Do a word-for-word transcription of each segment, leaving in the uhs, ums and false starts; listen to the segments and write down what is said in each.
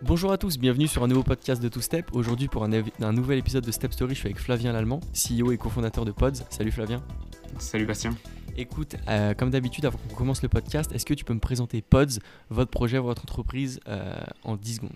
Bonjour à tous, bienvenue sur un nouveau podcast de Two Step. Aujourd'hui pour un, un nouvel épisode de Step Story, je suis avec Flavien Lallemand, C E O et cofondateur de Pods. Salut Flavien. Salut Bastien. Écoute, euh, comme d'habitude, avant qu'on commence le podcast, est-ce que tu peux me présenter Pods, votre projet, votre entreprise, euh, en dix secondes?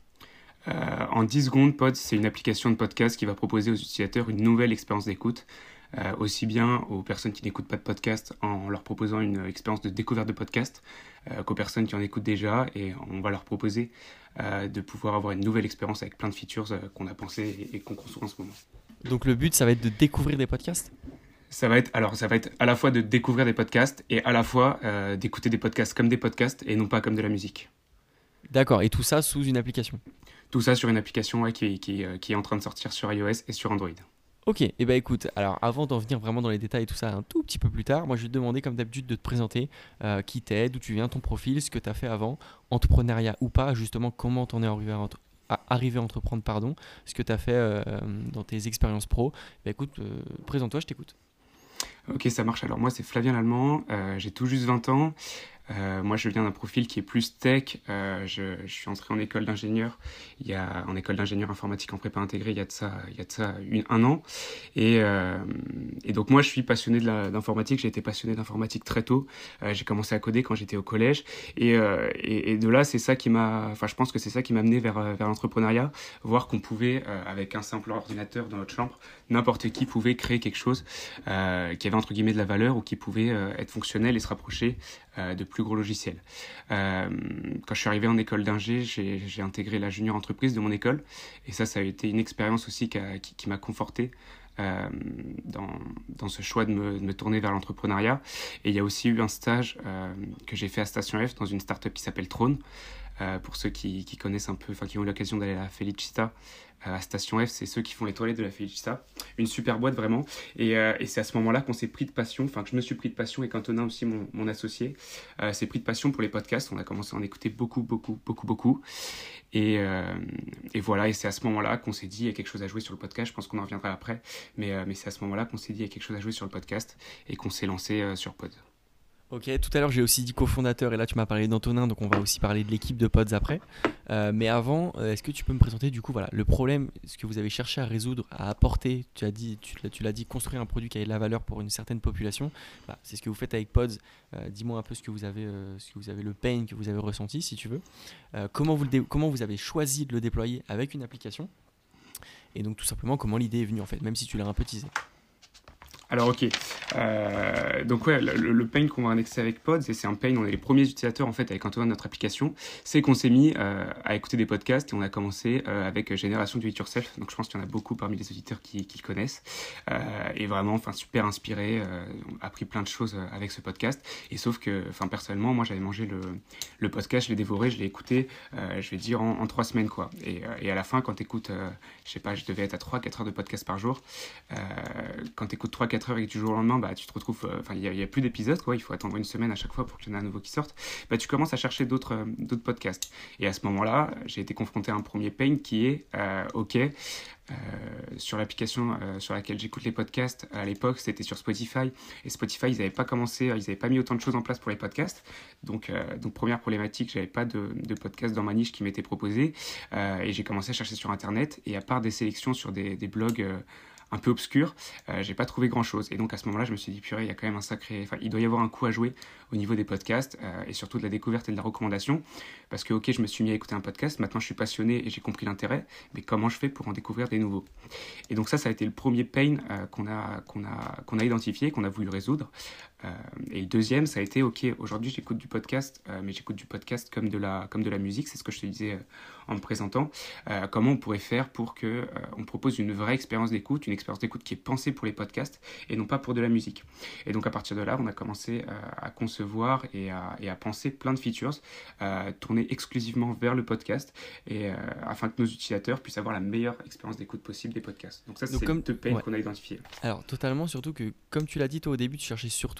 Euh, en dix secondes, Pods, c'est une application de podcast qui va proposer aux utilisateurs une nouvelle expérience d'écoute, euh, aussi bien aux personnes qui n'écoutent pas de podcast en leur proposant une expérience de découverte de podcast, euh, qu'aux personnes qui en écoutent déjà, et on va leur proposer euh, de pouvoir avoir une nouvelle expérience avec plein de features euh, qu'on a pensé et, et qu'on construit en ce moment. Donc le but, ça va être de découvrir des podcasts? Ça va être, alors ça va être à la fois de découvrir des podcasts et à la fois euh, d'écouter des podcasts comme des podcasts et non pas comme de la musique. D'accord, et tout ça sous une application? Tout ça sur une application ouais, qui, qui, euh, qui est en train de sortir sur iOS et sur Android. Ok, et eh ben écoute, alors avant d'en venir vraiment dans les détails et tout ça un tout petit peu plus tard, moi je vais te demander comme d'habitude de te présenter euh, qui t'es, d'où tu viens, ton profil, ce que tu as fait avant, entrepreneuriat ou pas, justement comment t'en es arrivé à, entre- à arriver à entreprendre, pardon, ce que tu as fait euh, dans tes expériences pro. Ben écoute, euh, présente-toi, je t'écoute. Ok, ça marche. Alors moi, c'est Flavien Lallemand, euh, j'ai tout juste vingt ans. Euh, moi, je viens d'un profil qui est plus tech. Euh, je, je suis entré en école d'ingénieur, il y a, en école d'ingénieur informatique en prépa intégrée, il y a de ça, il y a de ça une, un an. Et, euh, et donc moi, je suis passionné de la, d'informatique. J'ai été passionné d'informatique très tôt. Euh, j'ai commencé à coder quand j'étais au collège. Et, euh, et, et de là, c'est ça qui m'a, enfin, je pense que c'est ça qui m'a amené vers, vers l'entrepreneuriat, voir qu'on pouvait, euh, avec un simple ordinateur dans notre chambre, n'importe qui pouvait créer quelque chose euh, qui avait entre guillemets de la valeur ou qui pouvait euh, être fonctionnel et se rapprocher euh, de plus gros logiciels. Euh, quand je suis arrivé en école d'ingé, j'ai, j'ai intégré la junior entreprise de mon école et ça, ça a été une expérience aussi qui, a, qui, qui m'a conforté euh, dans, dans ce choix de me, de me tourner vers l'entrepreneuriat. Et il y a aussi eu un stage euh, que j'ai fait à Station F dans une startup qui s'appelle Trône. Euh, pour ceux qui, qui connaissent un peu, enfin qui ont eu l'occasion d'aller à la Felicita, euh, à Station F, c'est ceux qui font les toilettes de la Felicita. Une super boîte vraiment. Et, euh, et c'est à ce moment-là qu'on s'est pris de passion, enfin que je me suis pris de passion et qu'Antonin aussi, mon, mon associé, euh, s'est pris de passion pour les podcasts. On a commencé à en écouter beaucoup, beaucoup, beaucoup, beaucoup. Et, euh, et voilà, et c'est à ce moment-là qu'on s'est dit, il y a quelque chose à jouer sur le podcast. Je pense qu'on en reviendra après. Mais, euh, mais c'est à ce moment-là qu'on s'est dit, il y a quelque chose à jouer sur le podcast et qu'on s'est lancé euh, sur Pod. Ok, tout à l'heure j'ai aussi dit cofondateur et là tu m'as parlé d'Antonin, donc on va aussi parler de l'équipe de Pods après. Euh, mais avant, euh, est-ce que tu peux me présenter du coup voilà, le problème, ce que vous avez cherché à résoudre, à apporter, tu as dit, tu, l'as- tu l'as dit, construire un produit qui ait de la valeur pour une certaine population. Bah, c'est ce que vous faites avec Pods. Euh, dis-moi un peu ce que vous avez, euh, ce que vous avez, le pain que vous avez ressenti si tu veux. Euh, comment, vous le dé- comment vous avez choisi de le déployer avec une application et donc tout simplement comment l'idée est venue en fait, même si tu l'as un peu teasé. Alors ok, euh, donc ouais, le, le pain qu'on va annexer avec Pods, et c'est un pain, on est les premiers utilisateurs en fait avec Antonin de notre application, c'est qu'on s'est mis euh, à écouter des podcasts et on a commencé euh, avec Génération Do It Yourself, donc je pense qu'il y en a beaucoup parmi les auditeurs qui, qui connaissent, euh, et vraiment enfin super inspiré, euh, on a appris plein de choses avec ce podcast, et sauf que enfin personnellement moi j'avais mangé le, le podcast, je l'ai dévoré, je l'ai écouté, euh, je vais dire en, en trois semaines quoi, et, euh, et à la fin quand t'écoutes, euh, je sais pas, je devais être à trois quatre heures de podcast par jour, euh, quand t'écoutes trois quatre heures et que du jour au lendemain, bah, tu te retrouves, enfin, euh, il n'y a, a plus d'épisodes, quoi, il faut attendre une semaine à chaque fois pour qu'il y en ait un nouveau qui sorte, bah, tu commences à chercher d'autres, euh, d'autres podcasts. Et à ce moment-là, j'ai été confronté à un premier pain qui est, euh, ok, euh, sur l'application euh, sur laquelle j'écoute les podcasts, à l'époque, c'était sur Spotify, et Spotify, ils n'avaient pas commencé, ils n'avaient pas mis autant de choses en place pour les podcasts, donc, euh, donc première problématique, j'avais pas de, de podcast dans ma niche qui m'était proposé, euh, et j'ai commencé à chercher sur Internet, et à part des sélections sur des, des blogs euh, un peu obscur, euh, j'ai pas trouvé grand chose. Et donc à ce moment-là, je me suis dit, purée, il y a quand même un sacré. Enfin, il doit y avoir un coup à jouer au niveau des podcasts euh, et surtout de la découverte et de la recommandation. Parce que, ok, je me suis mis à écouter un podcast, maintenant je suis passionné et j'ai compris l'intérêt, mais comment je fais pour en découvrir des nouveaux? Et donc ça, ça a été le premier pain euh, qu'on a, qu'on a, qu'on a identifié, qu'on a voulu résoudre. Euh, et le deuxième, ça a été, ok, aujourd'hui j'écoute du podcast, euh, mais j'écoute du podcast comme de la, comme de la musique, c'est ce que je te disais euh, en me présentant. Euh, comment on pourrait faire pour que euh, on propose une vraie expérience d'écoute, une expérience d'écoute qui est pensée pour les podcasts et non pas pour de la musique. Et donc à partir de là, on a commencé euh, à concevoir et à, et à penser plein de features euh, tournées exclusivement vers le podcast et euh, afin que nos utilisateurs puissent avoir la meilleure expérience d'écoute possible des podcasts. Donc ça, Donc c'est comme les deux pains ouais. qu'on a identifiés. Alors totalement, surtout que comme tu l'as dit toi au début, tu cherchais surtout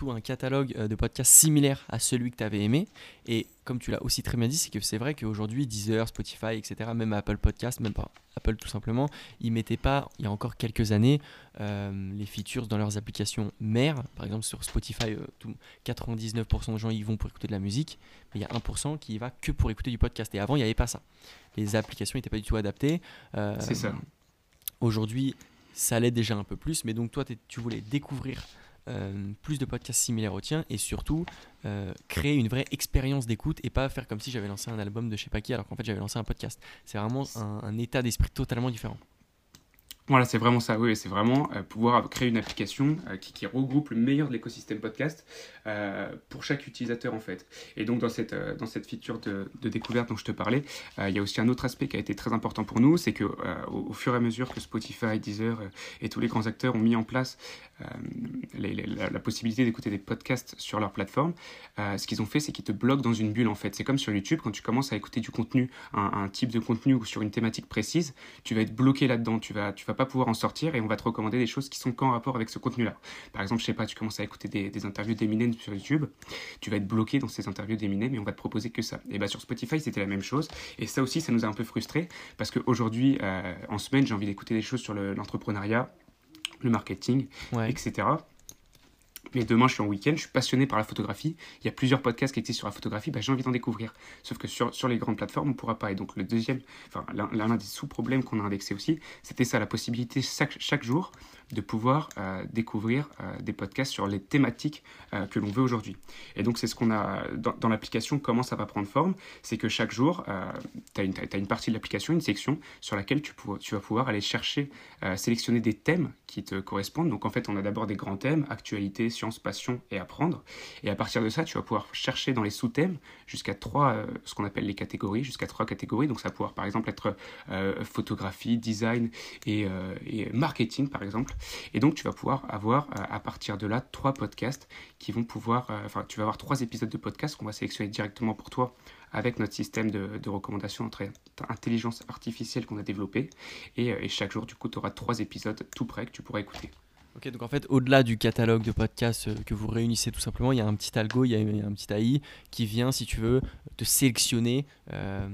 surtout un catalogue euh, de podcasts similaire à celui que tu avais aimé. Et comme tu l'as aussi très bien dit, c'est que c'est vrai qu'aujourd'hui, Deezer, Spotify, et cetera, même Apple Podcasts, même pas Apple tout simplement, ils mettaient pas, il y a encore quelques années, euh, les features dans leurs applications mères. Par exemple, sur Spotify, euh, tout- quatre-vingt-dix-neuf pour cent des gens y vont pour écouter de la musique, mais il y a un pour cent qui y va que pour écouter du podcast. Et avant, il n'y avait pas ça. Les applications n'étaient pas du tout adaptées. Euh, C'est ça. Aujourd'hui, ça l'est déjà un peu plus, mais donc toi, t'es- tu voulais découvrir euh, plus de podcasts similaires au tien et surtout euh, créer une vraie expérience d'écoute et pas faire comme si j'avais lancé un album de je sais pas qui alors qu'en fait j'avais lancé un podcast. C'est vraiment un, un état d'esprit totalement différent. Voilà, c'est vraiment ça, oui, c'est vraiment euh, pouvoir créer une application euh, qui, qui regroupe le meilleur de l'écosystème podcast euh, pour chaque utilisateur en fait. Et donc dans cette, euh, dans cette feature de, de découverte dont je te parlais, euh, il y a aussi un autre aspect qui a été très important pour nous, c'est que euh, au, au fur et à mesure que Spotify, Deezer euh, et tous les grands acteurs ont mis en place euh, les, les, la, la possibilité d'écouter des podcasts sur leur plateforme, euh, ce qu'ils ont fait, c'est qu'ils te bloquent dans une bulle en fait. C'est comme sur YouTube, quand tu commences à écouter du contenu, un, un type de contenu ou sur une thématique précise, tu vas être bloqué là-dedans, tu vas, tu vas pas pouvoir en sortir et on va te recommander des choses qui sont qu'en rapport avec ce contenu-là. Par exemple, je sais pas, tu commences à écouter des, des interviews d'Eminem sur YouTube, tu vas être bloqué dans ces interviews d'Eminem et on va te proposer que ça. Et bah sur Spotify, c'était la même chose. Et ça aussi, ça nous a un peu frustrés parce qu'aujourd'hui, euh, en semaine, j'ai envie d'écouter des choses sur le, l'entrepreneuriat, le marketing, Ouais. et cetera. Mais demain, je suis en week-end, je suis passionné par la photographie. Il y a plusieurs podcasts qui existent sur la photographie, bah, j'ai envie d'en découvrir. Sauf que sur, sur les grandes plateformes, on ne pourra pas. Et donc, le deuxième, enfin, l'un, l'un des sous-problèmes qu'on a indexé aussi, c'était ça, la possibilité chaque, chaque jour de pouvoir euh, découvrir euh, des podcasts sur les thématiques euh, que l'on veut aujourd'hui. Et donc, c'est ce qu'on a dans, dans l'application, comment ça va prendre forme, c'est que chaque jour, euh, tu as une, t'as une partie de l'application, une section sur laquelle tu, pour, tu vas pouvoir aller chercher, euh, sélectionner des thèmes qui te correspondent. Donc, en fait, on a d'abord des grands thèmes, actualité, science, passion et apprendre. Et à partir de ça, tu vas pouvoir chercher dans les sous-thèmes jusqu'à trois, euh, ce qu'on appelle les catégories, jusqu'à trois catégories. Donc, ça va pouvoir, par exemple, être euh, photographie, design et, euh, et marketing, par exemple. Et donc, tu vas pouvoir avoir, euh, à partir de là, trois podcasts qui vont pouvoir... euh, Enfin, tu vas avoir trois épisodes de podcasts qu'on va sélectionner directement pour toi avec notre système de, de recommandation entre intelligence artificielle qu'on a développé. Et, euh, et chaque jour, du coup, tu auras trois épisodes tout prêts que tu pourras écouter. Ok, donc en fait, au-delà du catalogue de podcasts euh, que vous réunissez tout simplement, il y a un petit algo, il y a un petit A I qui vient, si tu veux, te sélectionner euh,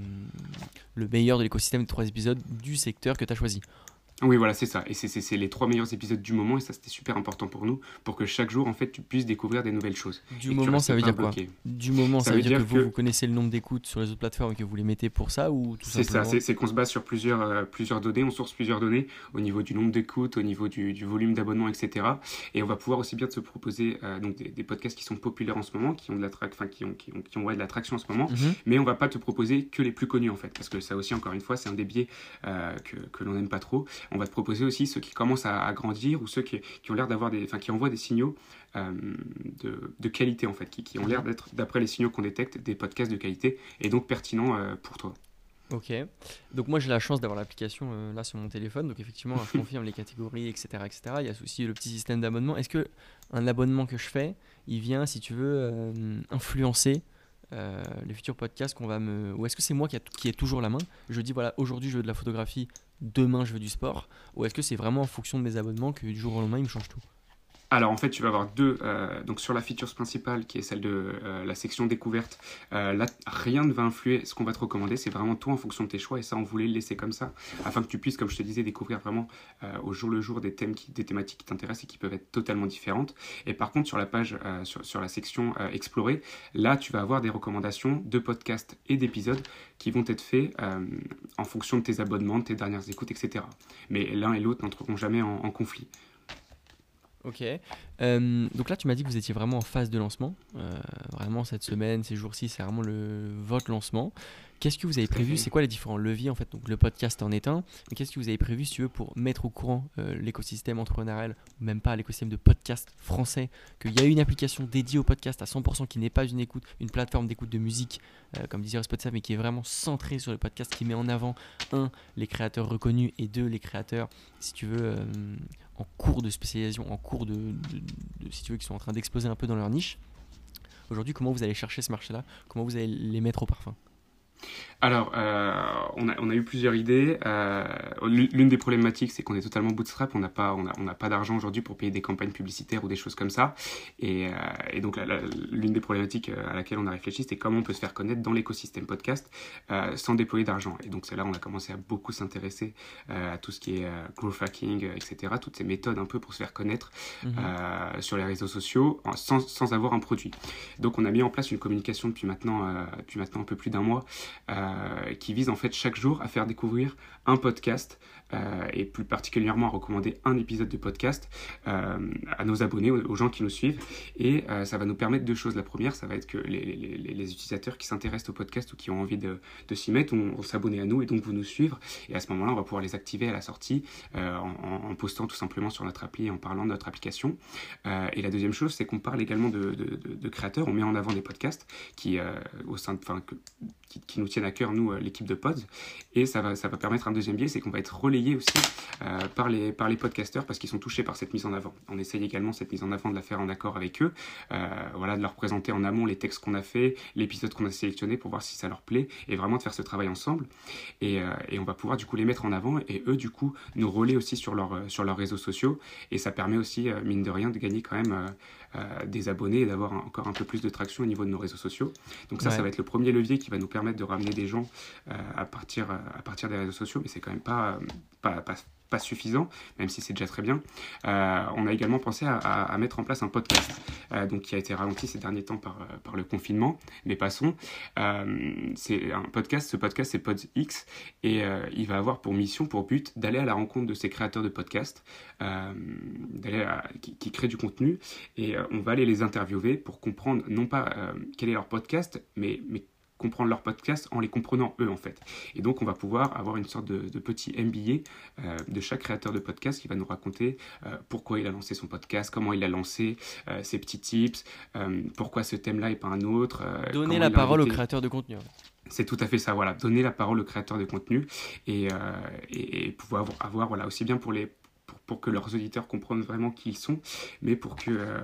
le meilleur de l'écosystème de trois épisodes du secteur que tu as choisi. Oui, voilà, c'est ça. Et c'est, c'est, c'est les trois meilleurs épisodes du moment, et ça, c'était super important pour nous, pour que chaque jour, en fait, tu puisses découvrir des nouvelles choses. Du Et que tu moment, restes ça veut pas dire quoi? bloqué. Du moment, ça, Ça veut veut dire, dire que vous, que- vous connaissez le nombre d'écoutes sur les autres plateformes et que vous les mettez pour ça ou tout C'est simplement ça, c'est, c'est qu'on se base sur plusieurs, euh, plusieurs données, on source plusieurs données au niveau du nombre d'écoutes, au niveau du, du volume d'abonnements, et cetera. Et on va pouvoir aussi bien se proposer euh, donc des, des podcasts qui sont populaires en ce moment, qui ont de la tra- enfin, qui ont, qui ont, qui ont ouais, de l'attraction en ce moment, Mhm. mais on va pas te proposer que les plus connus en fait, parce que ça aussi, encore une fois, c'est un des biais euh, que, que l'on n'aime pas trop. On va te proposer aussi ceux qui commencent à, à grandir ou ceux qui, qui ont l'air d'avoir des, enfin, qui envoient des signaux euh, de, de qualité en fait, qui, qui ont l'air d'être, d'après les signaux qu'on détecte, des podcasts de qualité et donc pertinents euh, pour toi. Ok. Donc moi j'ai la chance d'avoir l'application euh, là sur mon téléphone. Donc effectivement, je confirme les catégories, et cetera, et cetera. Il y a aussi le petit système d'abonnement. Est-ce que un abonnement que je fais, il vient, si tu veux, euh, influencer euh, les futurs podcasts qu'on va me... Ou est-ce que c'est moi qui, a, qui ai toujours la main? Je dis voilà, aujourd'hui je veux de la photographie, demain je veux du sport. Ou est-ce que c'est vraiment en fonction de mes abonnements que du jour au lendemain ils me changent tout? Alors en fait, tu vas avoir deux. Euh, donc sur la feature principale, qui est celle de euh, la section découverte, euh, là, rien ne va influer ce qu'on va te recommander. C'est vraiment toi en fonction de tes choix. Et ça, on voulait le laisser comme ça, afin que tu puisses, comme je te disais, découvrir vraiment euh, au jour le jour des thèmes, qui, des thématiques qui t'intéressent et qui peuvent être totalement différentes. Et par contre, sur la page, euh, sur, sur la section euh, explorer, là, tu vas avoir des recommandations de podcasts et d'épisodes qui vont être faits euh, en fonction de tes abonnements, de tes dernières écoutes, et cetera. Mais l'un et l'autre n'entreront jamais en, en conflit. Ok. Euh, donc là, tu m'as dit que vous étiez vraiment en phase de lancement. Euh, vraiment, cette semaine, ces jours-ci, c'est vraiment le, votre lancement. Qu'est-ce que vous avez Tout à prévu? fait. C'est quoi les différents leviers en fait? Donc le podcast en est un. Mais qu'est-ce que vous avez prévu, si tu veux, pour mettre au courant euh, l'écosystème entrepreneurial, ou même pas l'écosystème de podcast français, qu'il y a une application dédiée au podcast à cent pour cent qui n'est pas une écoute, une plateforme d'écoute de musique, euh, comme disait Spotify, mais qui est vraiment centrée sur le podcast, qui met en avant, un, les créateurs reconnus, et deux, les créateurs, si tu veux, euh, en cours de spécialisation, en cours de, de, de- si tu veux, qui sont en train d'exploser un peu dans leur niche. Aujourd'hui, comment vous allez chercher ce marché-là? Comment vous allez les mettre au parfum? Alors, euh, on a, on a eu plusieurs idées. Euh, l'une des problématiques, c'est qu'on est totalement bootstrap. On n'a pas, on a, on n'a pas d'argent aujourd'hui pour payer des campagnes publicitaires ou des choses comme ça. Et, euh, et donc, la, la, l'une des problématiques à laquelle on a réfléchi, c'est comment on peut se faire connaître dans l'écosystème podcast euh, sans déployer d'argent. Et donc, c'est là où on a commencé à beaucoup s'intéresser euh, à tout ce qui est euh, growth hacking, et cetera. Toutes ces méthodes un peu pour se faire connaître mmh. euh, sur les réseaux sociaux sans, sans avoir un produit. Donc, on a mis en place une communication depuis maintenant, euh, depuis maintenant un peu plus d'un mois. Euh, Euh, qui vise en fait chaque jour à faire découvrir un podcast euh, et plus particulièrement à recommander un épisode de podcast euh, à nos abonnés, aux, aux gens qui nous suivent. Et euh, ça va nous permettre deux choses. La première, ça va être que les, les, les, les utilisateurs qui s'intéressent au podcast ou qui ont envie de, de s'y mettre vont, vont s'abonner à nous et donc vous nous suivre. Et à ce moment-là, on va pouvoir les activer à la sortie euh, en, en postant tout simplement sur notre appli et en parlant de notre application. Euh, et la deuxième chose, c'est qu'on parle également de, de, de, de créateurs. On met en avant des podcasts qui, euh, au sein de, enfin, que, qui, qui nous tiennent à cœur, nous, l'équipe de Pods. Et ça va, ça va permettre un deuxième biais, c'est qu'on va être relayé aussi euh, par, les, par les podcasteurs parce qu'ils sont touchés par cette mise en avant. On essaye également cette mise en avant de la faire en accord avec eux, euh, voilà, de leur présenter en amont les textes qu'on a fait, l'épisode qu'on a sélectionné pour voir si ça leur plaît et vraiment de faire ce travail ensemble. Et, euh, et on va pouvoir du coup les mettre en avant et eux du coup nous relaient aussi sur, leur, sur leurs réseaux sociaux et ça permet aussi, euh, mine de rien, de gagner quand même euh, euh, des abonnés et d'avoir un, encore un peu plus de traction au niveau de nos réseaux sociaux. Donc ça, ouais. ça va être le premier levier qui va nous permettre de ramener des gens euh, à, partir, à partir des réseaux sociaux, mais c'est quand même pas, pas, pas, pas suffisant, même si c'est déjà très bien. Euh, on a également pensé à, à, à mettre en place un podcast, euh, donc qui a été ralenti ces derniers temps par, par le confinement, mais passons. Euh, c'est un podcast, ce podcast c'est PodX, et euh, il va avoir pour mission, pour but, d'aller à la rencontre de ces créateurs de podcasts, euh, d'aller à, qui, qui créent du contenu, et euh, on va aller les interviewer pour comprendre, non pas euh, quel est leur podcast, mais, mais comprendre leur podcast en les comprenant eux en fait. Et donc on va pouvoir avoir une sorte de, de petit M B A euh, de chaque créateur de podcast qui va nous raconter euh, pourquoi il a lancé son podcast, comment il l'a lancé, euh, ses petits tips, euh, pourquoi ce thème-là et pas un autre. Euh, Donner la parole aux créateurs de contenu. C'est tout à fait ça, voilà. Donner la parole aux créateurs de contenu et, euh, et, et pouvoir avoir, voilà, aussi bien pour les Pour, pour que leurs auditeurs comprennent vraiment qui ils sont, mais pour que euh,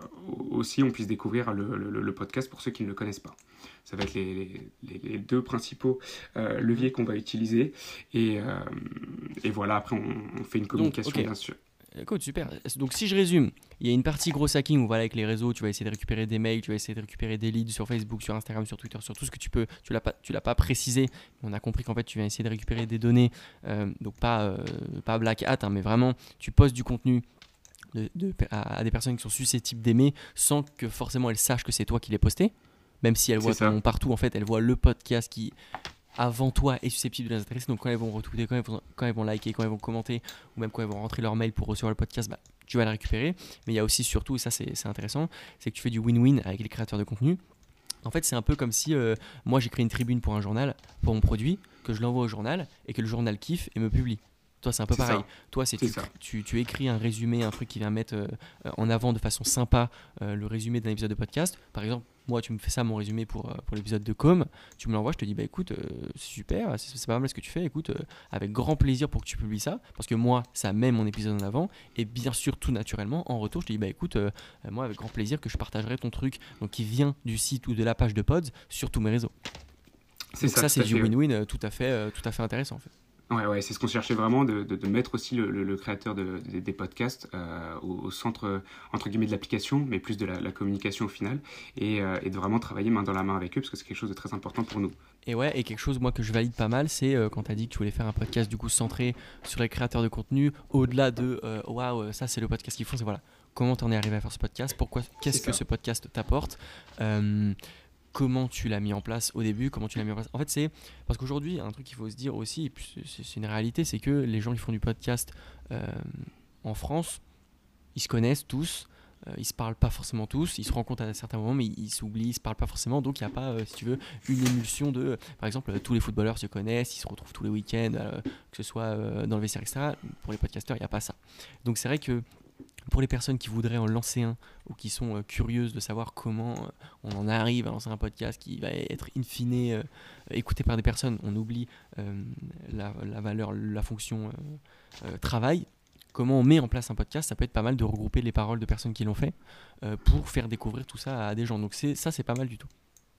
aussi on puisse découvrir le, le, le podcast pour ceux qui ne le connaissent pas. Ça va être les, les, les deux principaux euh, leviers qu'on va utiliser. Et, euh, et voilà, après on, on fait une communication, donc, okay. bien sûr. Écoute, super. Donc si je résume, il y a une partie gros hacking où voilà, avec les réseaux, tu vas essayer de récupérer des mails, tu vas essayer de récupérer des leads sur Facebook, sur Instagram, sur Twitter, sur tout ce que tu peux. Tu l'as pas, tu l'as pas précisé. On a compris qu'en fait tu viens essayer de récupérer des données, euh, donc pas euh, pas black hat, hein, mais vraiment tu postes du contenu de, de, à, à des personnes qui sont susceptibles d'aimer, sans que forcément elles sachent que c'est toi qui l'as posté. Même si elles voient ton nom partout, en fait, elles voient le podcast qui avant toi est susceptible de les intéresser. Donc quand elles vont retweeter, quand elles vont, quand elles vont liker, quand elles vont commenter, ou même quand elles vont rentrer leur mail pour recevoir le podcast, bah, tu vas le récupérer. Mais il y a aussi surtout, et ça c'est, c'est intéressant, c'est que tu fais du win-win avec les créateurs de contenu. En fait, c'est un peu comme si euh, moi j'ai créé une tribune pour un journal, pour mon produit, que je l'envoie au journal et que le journal kiffe et me publie. Toi, c'est un peu c'est pareil. Ça. Toi, c'est, c'est tu, tu, tu écris un résumé, un truc qui vient mettre euh, en avant de façon sympa euh, le résumé d'un épisode de podcast. Par exemple, moi, tu me fais ça, mon résumé pour, euh, pour l'épisode de Com. Tu me l'envoies, je te dis, bah écoute, euh, c'est super, c'est, c'est pas mal ce que tu fais. Écoute, euh, avec grand plaisir pour que tu publies ça. Parce que moi, ça met mon épisode en avant. Et bien sûr, tout naturellement, en retour, je te dis, bah écoute, euh, moi, avec grand plaisir que je partagerai ton truc donc, qui vient du site ou de la page de Pods sur tous mes réseaux. C'est donc ça, ça c'est du win-win euh, tout, à fait, euh, tout à fait intéressant en fait. Ouais, ouais, c'est ce qu'on cherchait vraiment, de, de, de mettre aussi le, le, le créateur de, de, des podcasts euh, au, au centre, entre guillemets, de l'application, mais plus de la, la communication au final, et, euh, et de vraiment travailler main dans la main avec eux, parce que c'est quelque chose de très important pour nous. Et ouais, et quelque chose, moi, que je valide pas mal, c'est euh, quand tu as dit que tu voulais faire un podcast, du coup, centré sur les créateurs de contenu, au-delà de euh, « Waouh, ça, c'est le podcast qu'ils font », c'est voilà, comment t'en es arrivé à faire ce podcast, pourquoi, qu'est-ce que ce podcast t'apporte euh, comment tu l'as mis en place au début, comment tu l'as mis en place. En fait, c'est parce qu'aujourd'hui, un truc qu'il faut se dire aussi, et puis c'est, c'est une réalité, c'est que les gens qui font du podcast euh, en France, ils se connaissent tous, euh, ils se parlent pas forcément tous, ils se rencontrent à certains moments, mais ils, ils s'oublient, ils se parlent pas forcément, donc il n'y a pas, euh, si tu veux, une émulsion de, par exemple, euh, tous les footballeurs se connaissent, ils se retrouvent tous les week-ends, euh, que ce soit euh, dans le vestiaire, et cetera. Pour les podcasteurs, il n'y a pas ça. Donc c'est vrai que pour les personnes qui voudraient en lancer un ou qui sont euh, curieuses de savoir comment euh, on en arrive à lancer un podcast qui va être in fine euh, écouté par des personnes, on oublie euh, la, la valeur, la fonction euh, euh, travail. Comment on met en place un podcast, ça peut être pas mal de regrouper les paroles de personnes qui l'ont fait euh, pour faire découvrir tout ça à des gens. Donc c'est, ça, c'est pas mal du tout.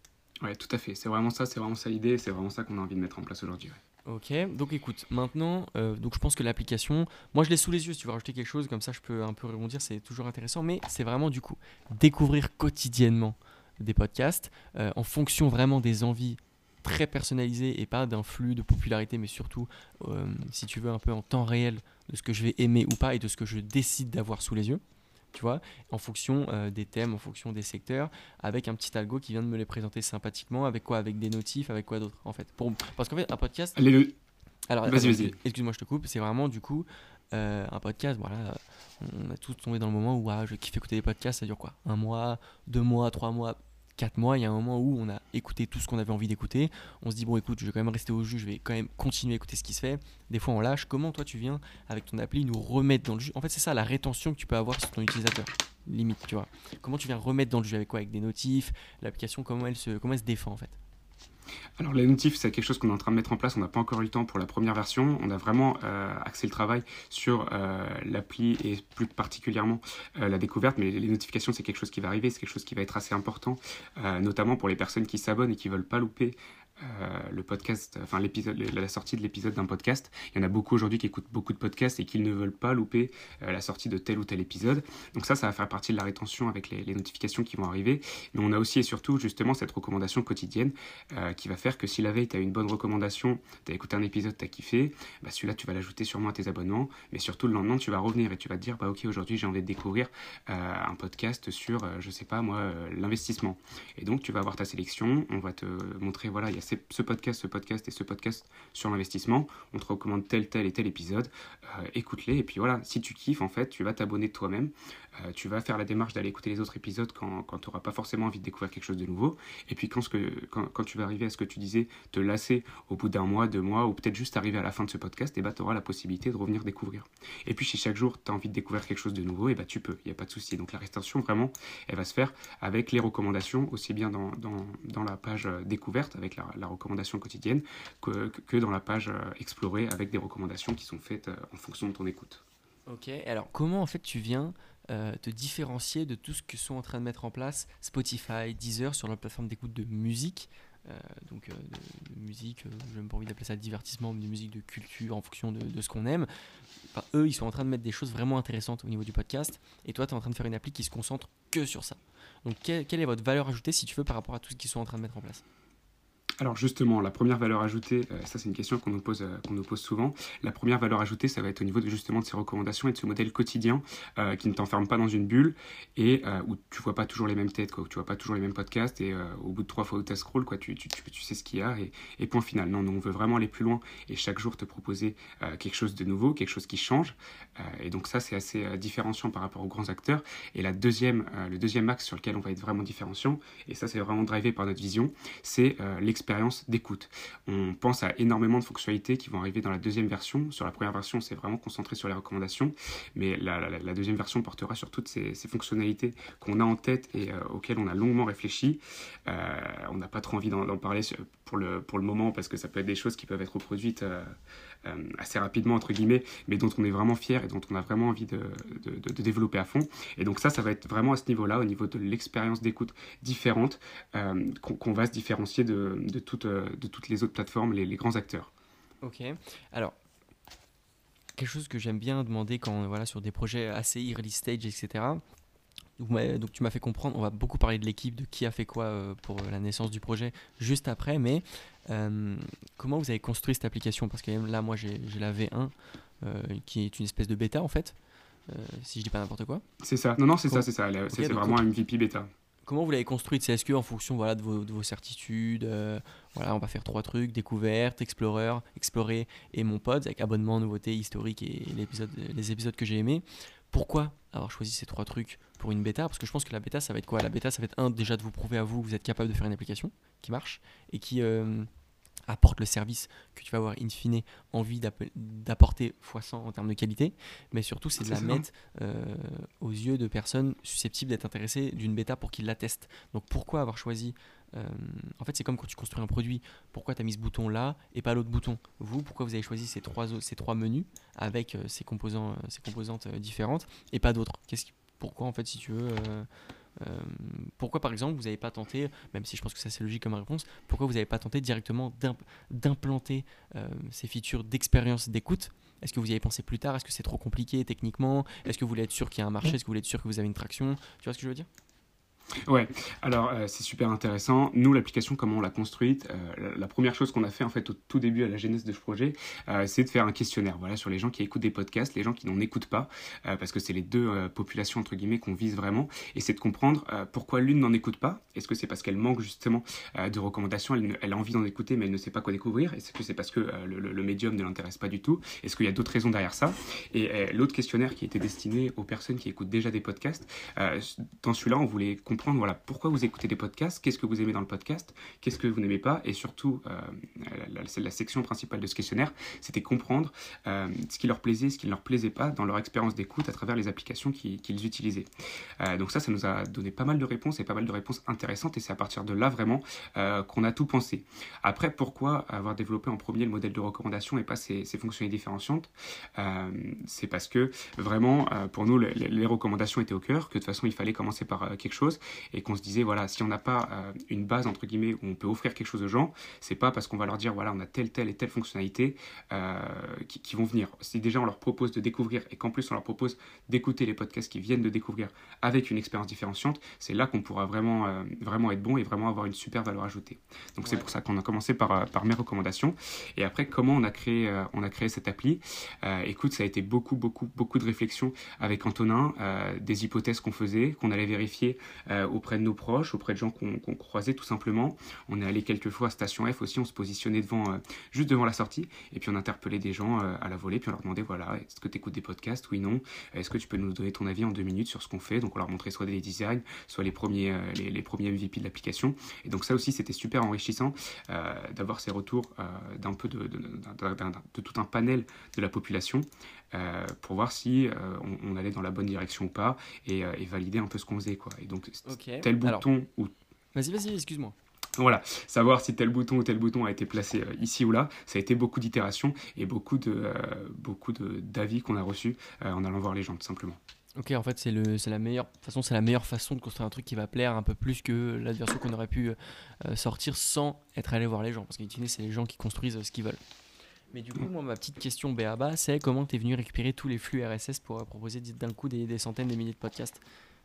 Ouais, tout à fait. C'est vraiment ça, c'est vraiment ça l'idée, c'est vraiment ça qu'on a envie de mettre en place aujourd'hui. Ouais. Ok, donc écoute, maintenant, euh, donc je pense que l'application, moi je l'ai sous les yeux, si tu veux rajouter quelque chose, comme ça je peux un peu rebondir, c'est toujours intéressant, mais c'est vraiment du coup découvrir quotidiennement des podcasts euh, en fonction vraiment des envies très personnalisées et pas d'un flux de popularité, mais surtout, euh, si tu veux, un peu en temps réel de ce que je vais aimer ou pas et de ce que je décide d'avoir sous les yeux. Tu vois, en fonction euh, des thèmes, en fonction des secteurs, avec un petit algo qui vient de me les présenter sympathiquement, avec quoi, avec des notifs, avec quoi d'autre, en fait. Pour... Parce qu'en fait, un podcast, Allez, le... alors, Vas-y, attends, vas-y. excuse-moi, je te coupe. C'est vraiment du coup euh, un podcast. Voilà, on a tous tombé dans le moment où ah, je kiffe écouter des podcasts. Ça dure quoi? Un mois, deux mois, trois mois, quatre mois. Il y a un moment où on a écouté tout ce qu'on avait envie d'écouter. On se dit bon, écoute, je vais quand même rester au jus. Je vais quand même continuer à écouter ce qui se fait. Des fois, on lâche. Comment toi, tu viens avec ton appli nous remettre dans le jus? En fait, c'est ça la rétention que tu peux avoir sur ton utilisateur. Limite, tu vois. Comment tu viens remettre dans le jus avec quoi? Avec des notifs. L'application, comment elle se, comment elle se défend en fait? Alors les notifs, c'est quelque chose qu'on est en train de mettre en place. On n'a pas encore eu le temps pour la première version. On a vraiment euh, axé le travail sur euh, l'appli et plus particulièrement euh, la découverte. Mais les notifications, c'est quelque chose qui va arriver. C'est quelque chose qui va être assez important, euh, notamment pour les personnes qui s'abonnent et qui veulent pas louper euh, le podcast, enfin l'épisode, la sortie de l'épisode d'un podcast. Il y en a beaucoup aujourd'hui qui écoutent beaucoup de podcasts et qui ne veulent pas louper euh, la sortie de tel ou tel épisode. Donc ça, ça va faire partie de la rétention avec les, les notifications qui vont arriver. Mais on a aussi et surtout justement cette recommandation quotidienne euh, qui va faire que si la veille tu as une bonne recommandation, tu as écouté un épisode, tu as kiffé, bah celui-là tu vas l'ajouter sûrement à tes abonnements, mais surtout le lendemain tu vas revenir et tu vas te dire bah ok, aujourd'hui j'ai envie de découvrir euh, un podcast sur euh, je sais pas moi euh, l'investissement. Et donc tu vas avoir ta sélection, on va te montrer voilà, il y a ce podcast, ce podcast et ce podcast sur l'investissement, on te recommande tel tel et tel épisode, euh, écoute-les et puis voilà, si tu kiffes en fait, tu vas t'abonner de toi-même, euh, tu vas faire la démarche d'aller écouter les autres épisodes quand, quand tu n'auras pas forcément envie de découvrir quelque chose de nouveau, et puis quand, ce que, quand, quand tu vas arriver à ce que tu disais, te lasser au bout d'un mois, deux mois, ou peut-être juste arriver à la fin de ce podcast, et bah, tu auras la possibilité de revenir découvrir. Et puis si chaque jour tu as envie de découvrir quelque chose de nouveau, et bah, tu peux, il n'y a pas de souci. Donc la rétention vraiment, elle va se faire avec les recommandations, aussi bien dans, dans, dans la page découverte, avec la, la recommandation quotidienne, que, que dans la page explorer, avec des recommandations qui sont faites en fonction de ton écoute. Ok, alors comment en fait tu viens euh, te différencier de tout ce que sont en train de mettre en place Spotify, Deezer sur leur plateforme d'écoute de musique, euh, donc euh, de, de musique, euh, je n'ai pas envie d'appeler ça divertissement, mais de musique de culture en fonction de, de ce qu'on aime. Enfin, eux, ils sont en train de mettre des choses vraiment intéressantes au niveau du podcast, et toi, tu es en train de faire une appli qui se concentre que sur ça. Donc, quelle, quelle est votre valeur ajoutée, si tu veux, par rapport à tout ce qu'ils sont en train de mettre en place? Alors justement, la première valeur ajoutée, euh, ça c'est une question qu'on nous pose, euh, qu'on nous pose souvent. La première valeur ajoutée, ça va être au niveau de, justement de ces recommandations et de ce modèle quotidien euh, qui ne t'enferme pas dans une bulle et euh, où tu vois pas toujours les mêmes têtes, quoi, où tu vois pas toujours les mêmes podcasts et euh, au bout de trois fois où tu scroll, quoi, tu, tu, tu, tu sais ce qu'il y a et, et point final. Non, nous on veut vraiment aller plus loin et chaque jour te proposer euh, quelque chose de nouveau, quelque chose qui change. Euh, et donc ça c'est assez euh, différenciant par rapport aux grands acteurs. Et la deuxième, euh, le deuxième axe sur lequel on va être vraiment différenciant, et ça c'est vraiment drivé par notre vision, c'est euh, l'expérience d'écoute. On pense à énormément de fonctionnalités qui vont arriver dans la deuxième version. Sur la première version, c'est vraiment concentré sur les recommandations, mais la, la, la deuxième version portera sur toutes ces, ces fonctionnalités qu'on a en tête et euh, auxquelles on a longuement réfléchi. Euh, on n'a pas trop envie d'en, d'en parler pour le, pour le moment parce que ça peut être des choses qui peuvent être reproduites euh, euh, assez rapidement, entre guillemets, mais dont on est vraiment fier et dont on a vraiment envie de, de, de, de développer à fond. Et donc ça, ça va être vraiment à ce niveau-là, au niveau de l'expérience d'écoute différente, euh, qu'on, qu'on va se différencier de, de, toute, de toutes les autres plateformes, les, les grands acteurs. Ok, alors quelque chose que j'aime bien demander quand voilà sur des projets assez early stage, et cetera. Donc, donc tu m'as fait comprendre, on va beaucoup parler de l'équipe, de qui a fait quoi euh, pour la naissance du projet juste après, mais euh, comment vous avez construit cette application? Parce que là, moi, j'ai, j'ai la V un euh, qui est une espèce de bêta en fait, euh, si je dis pas n'importe quoi. C'est ça, non, non, c'est comment... ça, c'est ça, c'est, okay, c'est donc, vraiment un M V P bêta. Comment vous l'avez construite? C'est est-ce que en fonction voilà, de, vos, de vos certitudes, euh, voilà, on va faire trois trucs, découverte, explorer, explorer et mon pod, avec abonnement, nouveauté, historique et l'épisode, les épisodes que j'ai aimés. Pourquoi avoir choisi ces trois trucs pour une bêta? Parce que je pense que la bêta, ça va être quoi? La bêta, ça va être un, déjà de vous prouver à vous que vous êtes capable de faire une application qui marche et qui euh, apporte le service que tu vas avoir in fine envie d'apporter fois cent en termes de qualité, mais surtout c'est de c'est la ça. mettre euh, aux yeux de personnes susceptibles d'être intéressées d'une bêta pour qu'ils la testent. Donc pourquoi avoir choisi euh, en fait c'est comme quand tu construis un produit, pourquoi tu as mis ce bouton là et pas l'autre bouton? Vous, pourquoi vous avez choisi ces trois, ces trois menus avec euh, ces, composants, euh, ces composantes euh, différentes et pas d'autres? Qu'est-ce qui, pourquoi en fait si tu veux euh, Euh, pourquoi, par exemple, vous n'avez pas tenté, même si je pense que ça c'est logique comme réponse, pourquoi vous n'avez pas tenté directement d'imp- d'implanter euh, ces features d'expérience d'écoute? Est-ce que vous y avez pensé plus tard? Est-ce que c'est trop compliqué techniquement? Est-ce que vous voulez être sûr qu'il y a un marché? Est-ce que vous voulez être sûr que vous avez une traction? Tu vois ce que je veux dire? Ouais, alors euh, c'est super intéressant. Nous, l'application, comment on l'a construite, euh, la, la première chose qu'on a fait en fait au tout début à la genèse de ce projet, euh, c'est de faire un questionnaire, voilà, sur les gens qui écoutent des podcasts, les gens qui n'en écoutent pas, euh, parce que c'est les deux euh, populations entre guillemets qu'on vise vraiment, et c'est de comprendre euh, pourquoi l'une n'en écoute pas. Est-ce que c'est parce qu'elle manque justement euh, de recommandations, elle, ne- elle a envie d'en écouter mais elle ne sait pas quoi découvrir? Est-ce que c'est parce que euh, le, le- le médium ne l'intéresse pas du tout? Est-ce qu'il y a d'autres raisons derrière ça? Et euh, l'autre questionnaire qui était destiné aux personnes qui écoutent déjà des podcasts, euh, dans celui-là, on voulait comprendre voilà pourquoi vous écoutez des podcasts, qu'est-ce que vous aimez dans le podcast, qu'est-ce que vous n'aimez pas, et surtout, euh, la, la, la section principale de ce questionnaire, c'était comprendre euh, ce qui leur plaisait, ce qui ne leur plaisait pas dans leur expérience d'écoute à travers les applications qui, qu'ils utilisaient. Euh, donc ça, ça nous a donné pas mal de réponses, et pas mal de réponses intéressantes, et c'est à partir de là, vraiment, euh, qu'on a tout pensé. Après, pourquoi avoir développé en premier le modèle de recommandation et pas ces, ces fonctionnalités différenciantes? euh, C'est parce que, vraiment, euh, pour nous, les, les recommandations étaient au cœur, que de toute façon, il fallait commencer par euh, quelque chose, et qu'on se disait, voilà, si on n'a pas euh, une base, entre guillemets, où on peut offrir quelque chose aux gens, c'est pas parce qu'on va leur dire, voilà, on a telle, telle et telle fonctionnalité euh, qui, qui vont venir. Si déjà on leur propose de découvrir et qu'en plus on leur propose d'écouter les podcasts qu'ils viennent de découvrir avec une expérience différenciante, c'est là qu'on pourra vraiment, euh, vraiment être bon et vraiment avoir une super valeur ajoutée. Donc ouais. C'est pour ça qu'on a commencé par, par mes recommandations. Et après, comment on a créé, euh, on a créé cette appli? euh, Écoute, ça a été beaucoup, beaucoup, beaucoup de réflexions avec Antonin, euh, des hypothèses qu'on faisait, qu'on allait vérifier euh, auprès de nos proches, auprès de gens qu'on, qu'on croisait tout simplement. On est allé quelques fois à Station F aussi, on se positionnait devant, euh, juste devant la sortie, et puis on interpellait des gens euh, à la volée, puis on leur demandait, voilà, est-ce que tu écoutes des podcasts? Oui, non. Est-ce que tu peux nous donner ton avis en deux minutes sur ce qu'on fait? Donc on leur montrait soit des designs, soit les premiers, euh, les, les premiers M V P de l'application. Et donc ça aussi, c'était super enrichissant euh, d'avoir ces retours euh, d'un peu de, de, de, de, de tout un panel de la population euh, pour voir si euh, on, on allait dans la bonne direction ou pas, et, euh, et valider un peu ce qu'on faisait, quoi. Et donc okay. tel bouton Alors, ou vas-y, vas-y, excuse-moi. Voilà, savoir si tel bouton ou tel bouton a été placé euh, ici ou là, ça a été beaucoup d'itérations et beaucoup, de, euh, beaucoup de, d'avis qu'on a reçus euh, en allant voir les gens, tout simplement. Ok, en fait, c'est, le, c'est la meilleure de toute façon, c'est la meilleure façon de construire un truc qui va plaire un peu plus que la version qu'on aurait pu euh, sortir sans être allé voir les gens. Parce qu'en fait, c'est les gens qui construisent ce qu'ils veulent. Mais du coup, moi, ma petite question B A B A, c'est comment tu es venu récupérer tous les flux R S S pour euh, proposer d'un coup des, des centaines, des milliers de podcasts?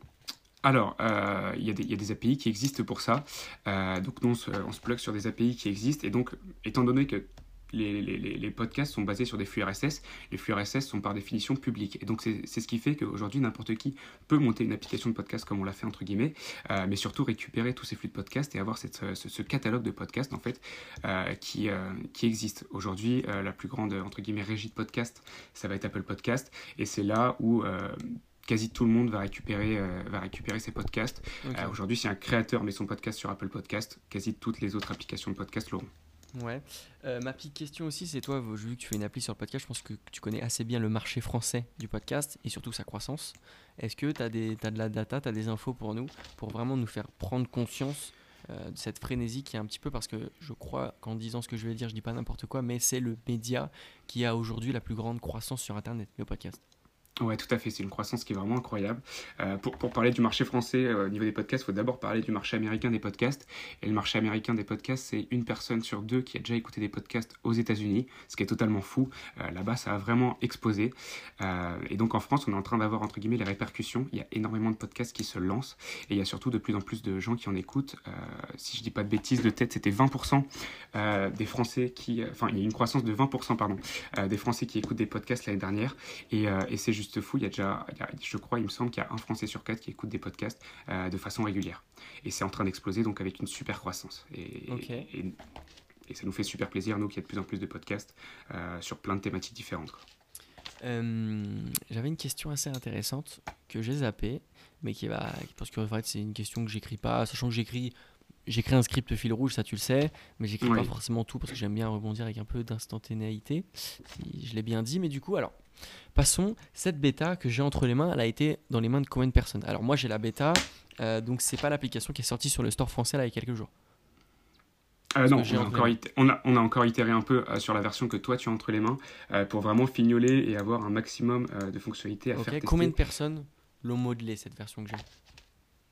Alors, il euh, y, y a des A P I qui existent pour ça. Euh, donc, nous, on se, on se plug sur des A P I qui existent. Et donc, étant donné que les, les, les podcasts sont basés sur des flux R S S, les flux R S S sont par définition publics. Et donc, c'est, c'est ce qui fait qu'aujourd'hui, n'importe qui peut monter une application de podcast comme on l'a fait, entre guillemets, euh, mais surtout récupérer tous ces flux de podcasts et avoir cette, ce, ce catalogue de podcasts, en fait, euh, qui, euh, qui existe. Aujourd'hui, euh, la plus grande, entre guillemets, régie de podcasts, ça va être Apple Podcast. Et c'est là où... Euh, quasi tout le monde va récupérer, euh, va récupérer ses podcasts. Okay. Euh, aujourd'hui, si un créateur met son podcast sur Apple Podcast, quasi toutes les autres applications de podcast l'auront. Ouais. Euh, ma petite question aussi, c'est toi, vu que tu fais une appli sur le podcast, je pense que tu connais assez bien le marché français du podcast et surtout sa croissance. Est-ce que tu as de la data, tu as des infos pour nous, pour vraiment nous faire prendre conscience euh, de cette frénésie qui est un petit peu, parce que je crois qu'en disant ce que je vais dire, je dis pas n'importe quoi, mais c'est le média qui a aujourd'hui la plus grande croissance sur Internet, le podcast. Ouais, tout à fait. C'est une croissance qui est vraiment incroyable. Euh, pour, pour parler du marché français euh, au niveau des podcasts, il faut d'abord parler du marché américain des podcasts. Et le marché américain des podcasts, c'est une personne sur deux qui a déjà écouté des podcasts aux États-Unis, ce qui est totalement fou. Euh, là-bas, ça a vraiment explosé. Euh, et donc en France, on est en train d'avoir entre guillemets les répercussions. Il y a énormément de podcasts qui se lancent et il y a surtout de plus en plus de gens qui en écoutent. Euh, si je dis pas de bêtises, de tête, c'était vingt pour cent euh, des Français qui, enfin, il y a une croissance de vingt pour cent pardon, euh, des Français qui écoutent des podcasts l'année dernière. Et, euh, et c'est juste fou, il y a déjà, il y a, je crois, il me semble qu'il y a un Français sur quatre qui écoute des podcasts euh, de façon régulière. Et c'est en train d'exploser, donc avec une super croissance. Et, okay. et, et ça nous fait super plaisir, nous, qu'il y ait de plus en plus de podcasts euh, sur plein de thématiques différentes. Quoi. Euh, j'avais une question assez intéressante que j'ai zappée, mais qui va, parce que en fait, c'est une question que j'écris pas, sachant que j'écris... J'écris un script fil rouge, ça tu le sais, mais j'écris oui. pas forcément tout parce que j'aime bien rebondir avec un peu d'instantanéité, si je l'ai bien dit. Mais du coup, alors, passons, cette bêta que j'ai entre les mains, elle a été dans les mains de combien de personnes? Alors moi j'ai la bêta, euh, donc c'est pas l'application qui est sortie sur le store français là, il y a quelques jours. Euh, non, on a, encore ité- on, a, on a encore itéré un peu euh, sur la version que toi tu as entre les mains euh, pour vraiment fignoler et avoir un maximum euh, de fonctionnalités à okay. faire tester. Combien de personnes l'ont modelé cette version que j'ai?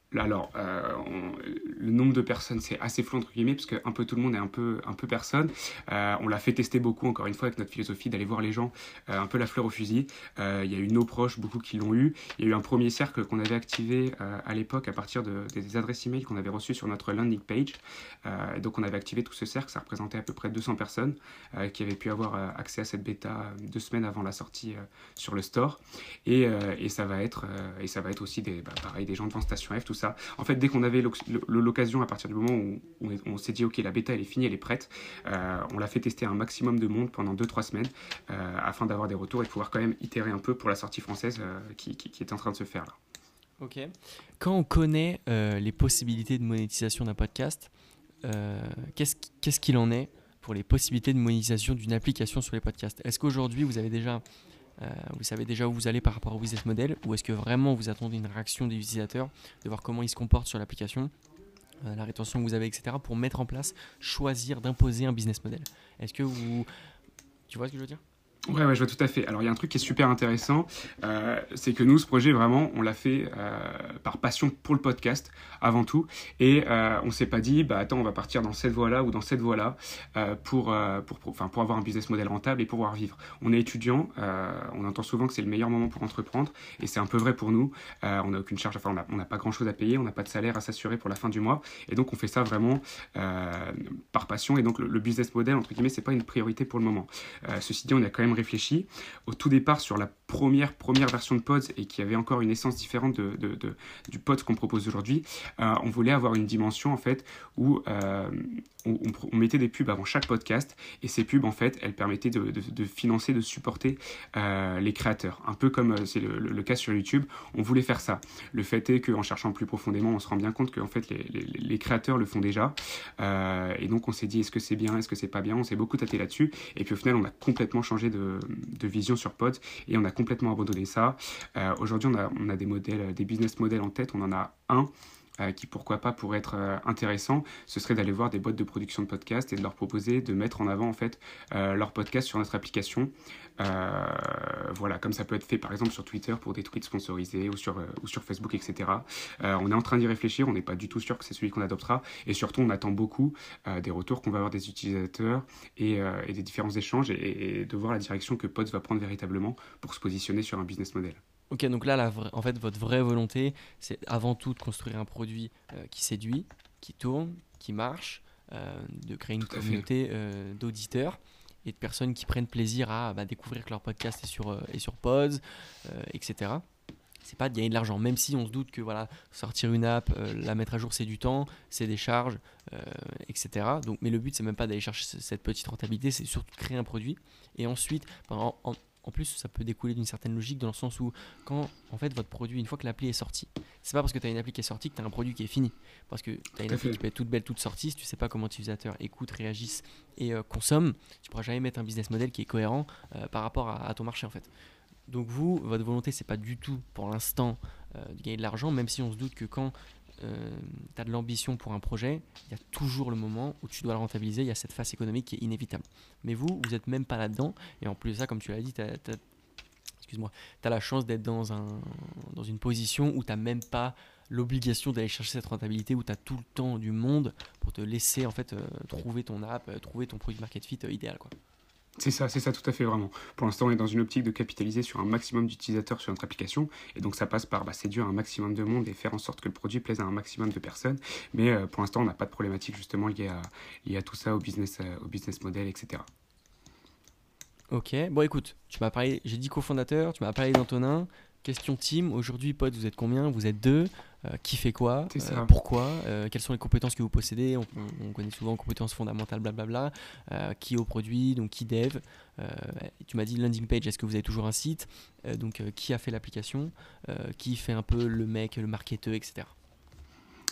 Alors, euh, on- le nombre de personnes, c'est assez flou entre guillemets, parce qu'un peu tout le monde est un peu, un peu personne. Euh, on l'a fait tester beaucoup, encore une fois, avec notre philosophie d'aller voir les gens euh, un peu la fleur au fusil. Euh, Il y a eu nos proches, beaucoup qui l'ont eu. Il y a eu un premier cercle qu'on avait activé euh, à l'époque à partir de, des adresses email qu'on avait reçues sur notre landing page. Euh, donc, on avait activé tout ce cercle, ça représentait à peu près deux cents personnes euh, qui avaient pu avoir euh, accès à cette bêta euh, deux semaines avant la sortie euh, sur le store. Et, euh, et, ça va être, euh, et ça va être aussi des, bah, pareil, des gens devant Station F, tout ça. En fait, dès qu'on avait l'occasion, à partir du moment où on, on s'est dit ok, la bêta elle est finie, elle est prête, euh, on l'a fait tester un maximum de monde pendant deux trois semaines euh, afin d'avoir des retours et de pouvoir quand même itérer un peu pour la sortie française euh, qui, qui, qui est en train de se faire là. Ok. Quand on connaît euh, les possibilités de monétisation d'un podcast, euh, qu'est-ce, qu'est-ce qu'il en est pour les possibilités de monétisation d'une application sur les podcasts? Est-ce qu'aujourd'hui vous avez déjà Euh, vous savez déjà où vous allez par rapport au business model, ou est-ce que vraiment vous attendez une réaction des utilisateurs, de voir comment ils se comportent sur l'application, euh, la rétention que vous avez, et cetera, pour mettre en place, choisir d'imposer un business model? Est-ce que vous... Tu vois ce que je veux dire? Ouais, ouais, je vois tout à fait. Alors, il y a un truc qui est super intéressant, euh, c'est que nous, ce projet, vraiment, on l'a fait euh, par passion pour le podcast, avant tout. Et euh, on s'est pas dit, bah attends, on va partir dans cette voie-là ou dans cette voie-là euh, pour, euh, pour, pour, enfin, pour avoir un business model rentable et pouvoir vivre. On est étudiant, euh, on entend souvent que c'est le meilleur moment pour entreprendre, et c'est un peu vrai pour nous. Euh, on n'a aucune charge, enfin, on n'a on n'a pas grand-chose à payer, on n'a pas de salaire à s'assurer pour la fin du mois. Et donc, on fait ça vraiment euh, par passion. Et donc, le, le business model, entre guillemets, c'est pas une priorité pour le moment. Euh, ceci dit, on a quand même réfléchi au tout départ sur la première, première version de Pods et qui avait encore une essence différente de, de, de, du Pod qu'on propose aujourd'hui. Euh, on voulait avoir une dimension en fait où euh, on, on, on mettait des pubs avant chaque podcast et ces pubs en fait elles permettaient de, de, de financer, de supporter euh, les créateurs. Un peu comme euh, c'est le, le, le cas sur YouTube, on voulait faire ça. Le fait est qu'en cherchant plus profondément, on se rend bien compte que en fait, les, les, les créateurs le font déjà. Euh, et donc on s'est dit est-ce que c'est bien, est-ce que c'est pas bien, on s'est beaucoup tâté là-dessus. Et puis au final, on a complètement changé de, de vision sur Pod et on a complètement abandonné ça. Euh, aujourd'hui, on a, on a des modèles, des business models en tête. On en a un euh, qui, pourquoi pas, pourrait être euh, intéressant. Ce serait d'aller voir des boîtes de production de podcasts et de leur proposer de mettre en avant en fait euh, leur podcast sur notre application. Euh, voilà, comme ça peut être fait par exemple sur Twitter pour des tweets sponsorisés ou sur, euh, ou sur Facebook, et cetera. Euh, on est en train d'y réfléchir, on n'est pas du tout sûr que c'est celui qu'on adoptera et surtout on attend beaucoup euh, des retours qu'on va avoir des utilisateurs et, euh, et des différents échanges et, et de voir la direction que Pods va prendre véritablement pour se positionner sur un business model. Ok, donc là, la vra- en fait, votre vraie volonté, c'est avant tout de construire un produit euh, qui séduit, qui tourne, qui marche, euh, de créer une Tout à fait. communauté euh, d'auditeurs et de personnes qui prennent plaisir à bah, découvrir que leur podcast est sur, euh, est sur Pods, euh, et cetera. C'est pas de gagner de l'argent, même si on se doute que voilà, sortir une app, euh, la mettre à jour, c'est du temps, c'est des charges, euh, et cetera. Donc, mais le but, c'est même pas d'aller chercher ce- cette petite rentabilité, c'est surtout de créer un produit. Et ensuite, ben, en, en- en plus, ça peut découler d'une certaine logique dans le sens où, quand en fait votre produit, une fois que l'appli est sortie, c'est pas parce que tu as une appli qui est sortie que tu as un produit qui est fini. Parce que tu as une Tout à appli fait. qui peut être toute belle, toute sortie, si tu sais pas comment l'utilisateur écoute, réagisse et euh, consomme, tu pourras jamais mettre un business model qui est cohérent euh, par rapport à, à ton marché en fait. Donc vous, votre volonté, c'est pas du tout pour l'instant euh, de gagner de l'argent, même si on se doute que quand euh, tu as de l'ambition pour un projet, il y a toujours le moment où tu dois le rentabiliser, il y a cette phase économique qui est inévitable. Mais vous, vous n'êtes même pas là-dedans, et en plus de ça, comme tu l'as dit, tu as, excuse-moi, tu as la chance d'être dans, un, dans une position où tu n'as même pas l'obligation d'aller chercher cette rentabilité, où tu as tout le temps du monde pour te laisser en fait euh, trouver ton app, euh, trouver ton produit market fit euh, idéal, quoi. C'est ça, c'est ça tout à fait vraiment. Pour l'instant, on est dans une optique de capitaliser sur un maximum d'utilisateurs sur notre application. Et donc, ça passe par bah, séduire un maximum de monde et faire en sorte que le produit plaise à un maximum de personnes. Mais euh, pour l'instant, on n'a pas de problématique justement liée à, liée à tout ça, au business, euh, au business model, et cetera. Ok, bon écoute, tu m'as parlé, j'ai dit cofondateur, tu m'as parlé d'Antonin. Question team, aujourd'hui pote, vous êtes combien? Vous êtes deux. Euh, qui fait quoi? C'est Euh, ça. pourquoi? Euh, quelles sont les compétences que vous possédez? On, on- on connaît souvent compétences fondamentales, blablabla. Euh, qui est au produit, donc qui dev? Euh, Tu m'as dit landing page, est-ce que vous avez toujours un site? Euh, Donc euh, qui a fait l'application? Euh, Qui fait un peu le mec, le marketeur, et cetera.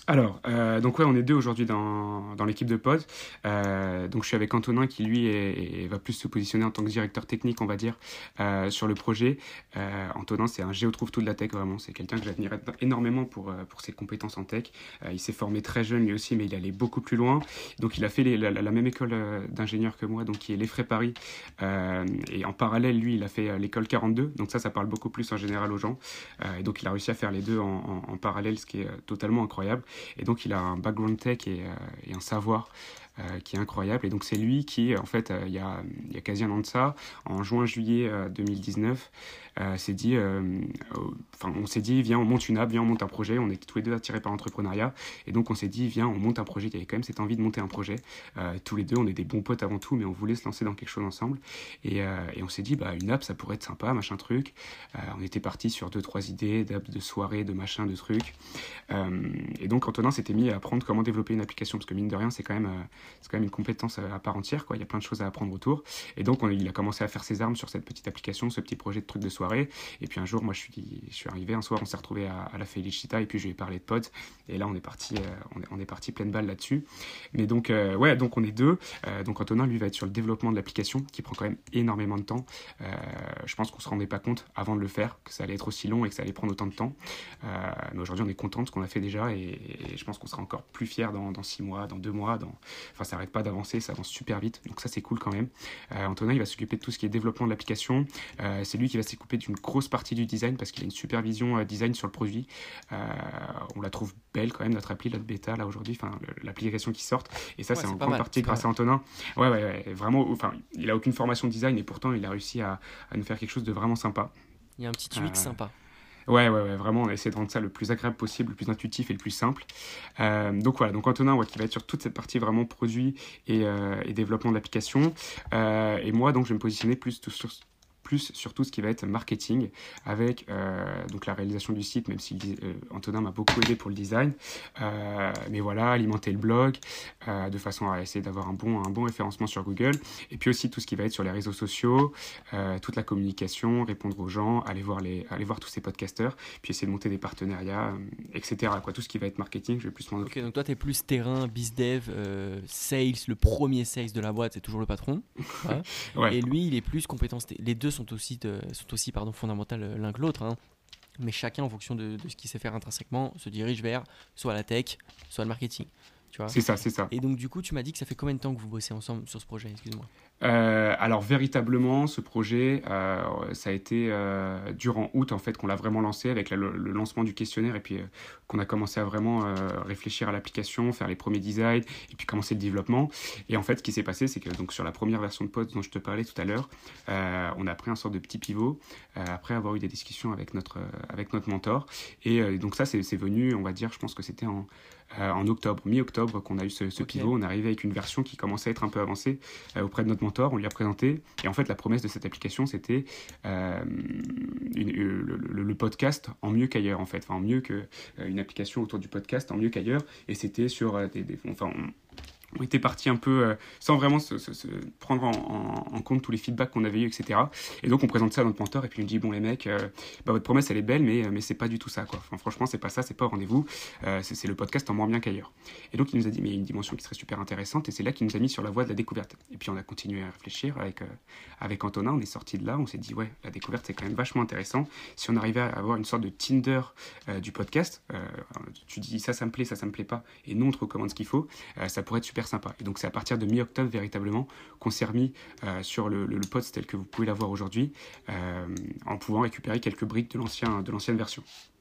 Alors, euh, donc ouais, on est deux aujourd'hui dans, dans l'équipe de Pod. Euh, donc je suis avec Antonin qui lui est, est- va plus se positionner en tant que directeur technique, on va dire, euh, sur le projet. Euh, Antonin, c'est un géotrouve-tout de la tech, vraiment. C'est quelqu'un que j'admire énormément pour, euh, pour ses compétences en tech. Euh, il s'est formé très jeune lui aussi, mais il allait beaucoup plus loin. Donc il a fait les- la, la- la même école euh, d'ingénieur que moi, donc qui est l'Effray Paris. Euh, et en parallèle, lui, il a fait euh, l'école quarante-deux. Donc ça, ça parle beaucoup plus en général aux gens. Euh, et donc il a réussi à faire les deux en, en- en parallèle, ce qui est euh, totalement incroyable. Et donc, il a un background tech et, euh, et un savoir euh, qui est incroyable. Et donc, c'est lui qui, en fait, euh, il, y a, il y a quasi un an de ça, en juin-juillet euh, deux mille dix-neuf, euh, s'est dit, euh, euh, enfin, on s'est dit, viens, on monte une app, viens, on monte un projet. On était tous les deux attirés par l'entrepreneuriat. Et donc, on s'est dit, viens, on monte un projet. Il y avait quand même cette envie de monter un projet. Euh, tous les deux, on est des bons potes avant tout, mais on voulait se lancer dans quelque chose ensemble. Et, euh, et on s'est dit, bah, une app, ça pourrait être sympa, machin truc. Euh, on était parti sur deux, trois idées d'app, de soirée, de machin, de trucs. Euh, et donc Antonin s'était mis à apprendre comment développer une application, parce que mine de rien, c'est quand même, euh, c'est quand même une compétence à, à part entière, quoi. Il y a plein de choses à apprendre autour. Et donc on, il a commencé à faire ses armes sur cette petite application, ce petit projet de truc de soirée. Et puis un jour, moi je suis, je suis arrivé, un soir on s'est retrouvé à, à la Felicita, et puis je lui ai parlé de Pod. Et là on est parti, euh, on, est, on est parti pleine balle là-dessus. Mais donc, euh, ouais, donc on est deux. Euh, donc Antonin, lui, va être sur le développement de l'application, qui prend quand même énormément de temps. Euh, je pense qu'on se rendait pas compte avant de le faire que ça allait être aussi long et que ça allait prendre autant de temps. Euh, mais aujourd'hui, on est content de ce qu'on a fait déjà, et, et je pense qu'on sera encore plus fiers dans, dans six mois, dans deux mois. Dans... Enfin, ça n'arrête pas d'avancer, ça avance super vite, donc ça c'est cool quand même. Euh, Antonin, il va s'occuper de tout ce qui est développement de l'application. Euh, c'est lui qui va s'occuper d'une grosse partie du design parce qu'il a une supervision euh, design sur le produit. Euh, on la trouve belle quand même, notre appli, notre bêta là aujourd'hui, enfin le- l'application qui sort. Et ça, Ouais, c'est c'est en pas grande mal, partie c'est pas grâce mal. à Antonin. Ouais, ouais, ouais, vraiment. Enfin, il a aucune formation de design et pourtant il a réussi à, à nous faire quelque chose de vraiment sympa. Il y a un petit U X Euh, sympa. Ouais, ouais, ouais, vraiment, on a essayé de rendre ça le plus agréable possible, le plus intuitif et le plus simple. Euh, donc voilà, donc Antonin, ouais, qui va être sur toute cette partie vraiment produit et, euh, et développement de l'application. Euh, et moi, donc, je vais me positionner plus tout sur plus sur tout ce qui va être marketing avec euh, donc la réalisation du site, même si euh, Antonin m'a beaucoup aidé pour le design, euh, mais voilà, alimenter le blog euh, de façon à essayer d'avoir un bon, un bon référencement sur Google, et puis aussi tout ce qui va être sur les réseaux sociaux, euh, toute la communication, répondre aux gens, aller voir, les, aller voir tous ces podcasteurs, puis essayer de monter des partenariats, euh, et cetera. Quoi, tout ce qui va être marketing, je vais plus m'en Ok, occuper. donc toi, tu es plus terrain, bizdev, euh, sales, le premier sales de la boîte, c'est toujours le patron. Ouais. Ouais, Et lui, il est plus compétence. t- Les deux sont aussi, de- sont aussi pardon, fondamentales euh, l'un que l'autre, hein. Mais chacun, en fonction de, de ce qu'il sait faire intrinsèquement, se dirige vers soit la tech, soit le marketing. Tu vois. c'est ça, c'est ça. Et donc, du coup, tu m'as dit que ça fait combien de temps que vous bossez ensemble sur ce projet? Excuse-moi. Euh, alors véritablement, ce projet, euh, ça a été euh, durant août en fait qu'on l'a vraiment lancé avec la- le, le lancement du questionnaire, et puis euh, qu'on a commencé à vraiment euh, réfléchir à l'application, faire les premiers designs et puis commencer le développement. Et en fait, ce qui s'est passé, c'est que donc sur la première version de Pod dont je te parlais tout à l'heure, euh, on a pris un sort de petit pivot euh, après avoir eu des discussions avec notre euh, avec notre mentor. Et euh, donc ça, c'est c'est venu, on va dire, je pense que c'était en euh, en octobre, mi-octobre, qu'on a eu ce, ce Ok. pivot. On est arrivé avec une version qui commençait à être un peu avancée euh, auprès de notre mentor, on lui a présenté. Et en fait, la promesse de cette application, c'était euh, une- le, le- le podcast en mieux qu'ailleurs, en fait. Enfin, en mieux qu'une application autour du podcast, en mieux qu'ailleurs. Et c'était sur euh, des, des- Enfin, on, on était parti un peu euh, sans vraiment se, se- se prendre en, en- en compte tous les feedbacks qu'on avait eu, et cetera. Et donc on présente ça à notre mentor et puis il nous dit bon les mecs, euh, bah, votre promesse elle est belle mais, mais c'est pas du tout ça quoi. Enfin, franchement c'est pas ça, c'est pas au rendez-vous. Euh, c'est, c'est le podcast en moins bien qu'ailleurs. Et donc il nous a dit mais il y a une dimension qui serait super intéressante, et c'est là qu'il nous a mis sur la voie de la découverte. Et puis on a continué à réfléchir avec, euh, avec Antonin, on est sorti de là, on s'est dit ouais la découverte c'est quand même vachement intéressant. Si on arrivait à avoir une sorte de Tinder euh, du podcast, euh, tu dis ça ça me plaît, ça ça me plaît pas, et nous on te recommande ce qu'il faut, euh, ça pourrait être super sympa. Et donc c'est à partir de mi-octobre véritablement qu'on s'est remis euh, sur le, le, le pod tel que vous pouvez l'avoir aujourd'hui, euh, en pouvant récupérer quelques briques de, l'ancien, de l'ancienne version.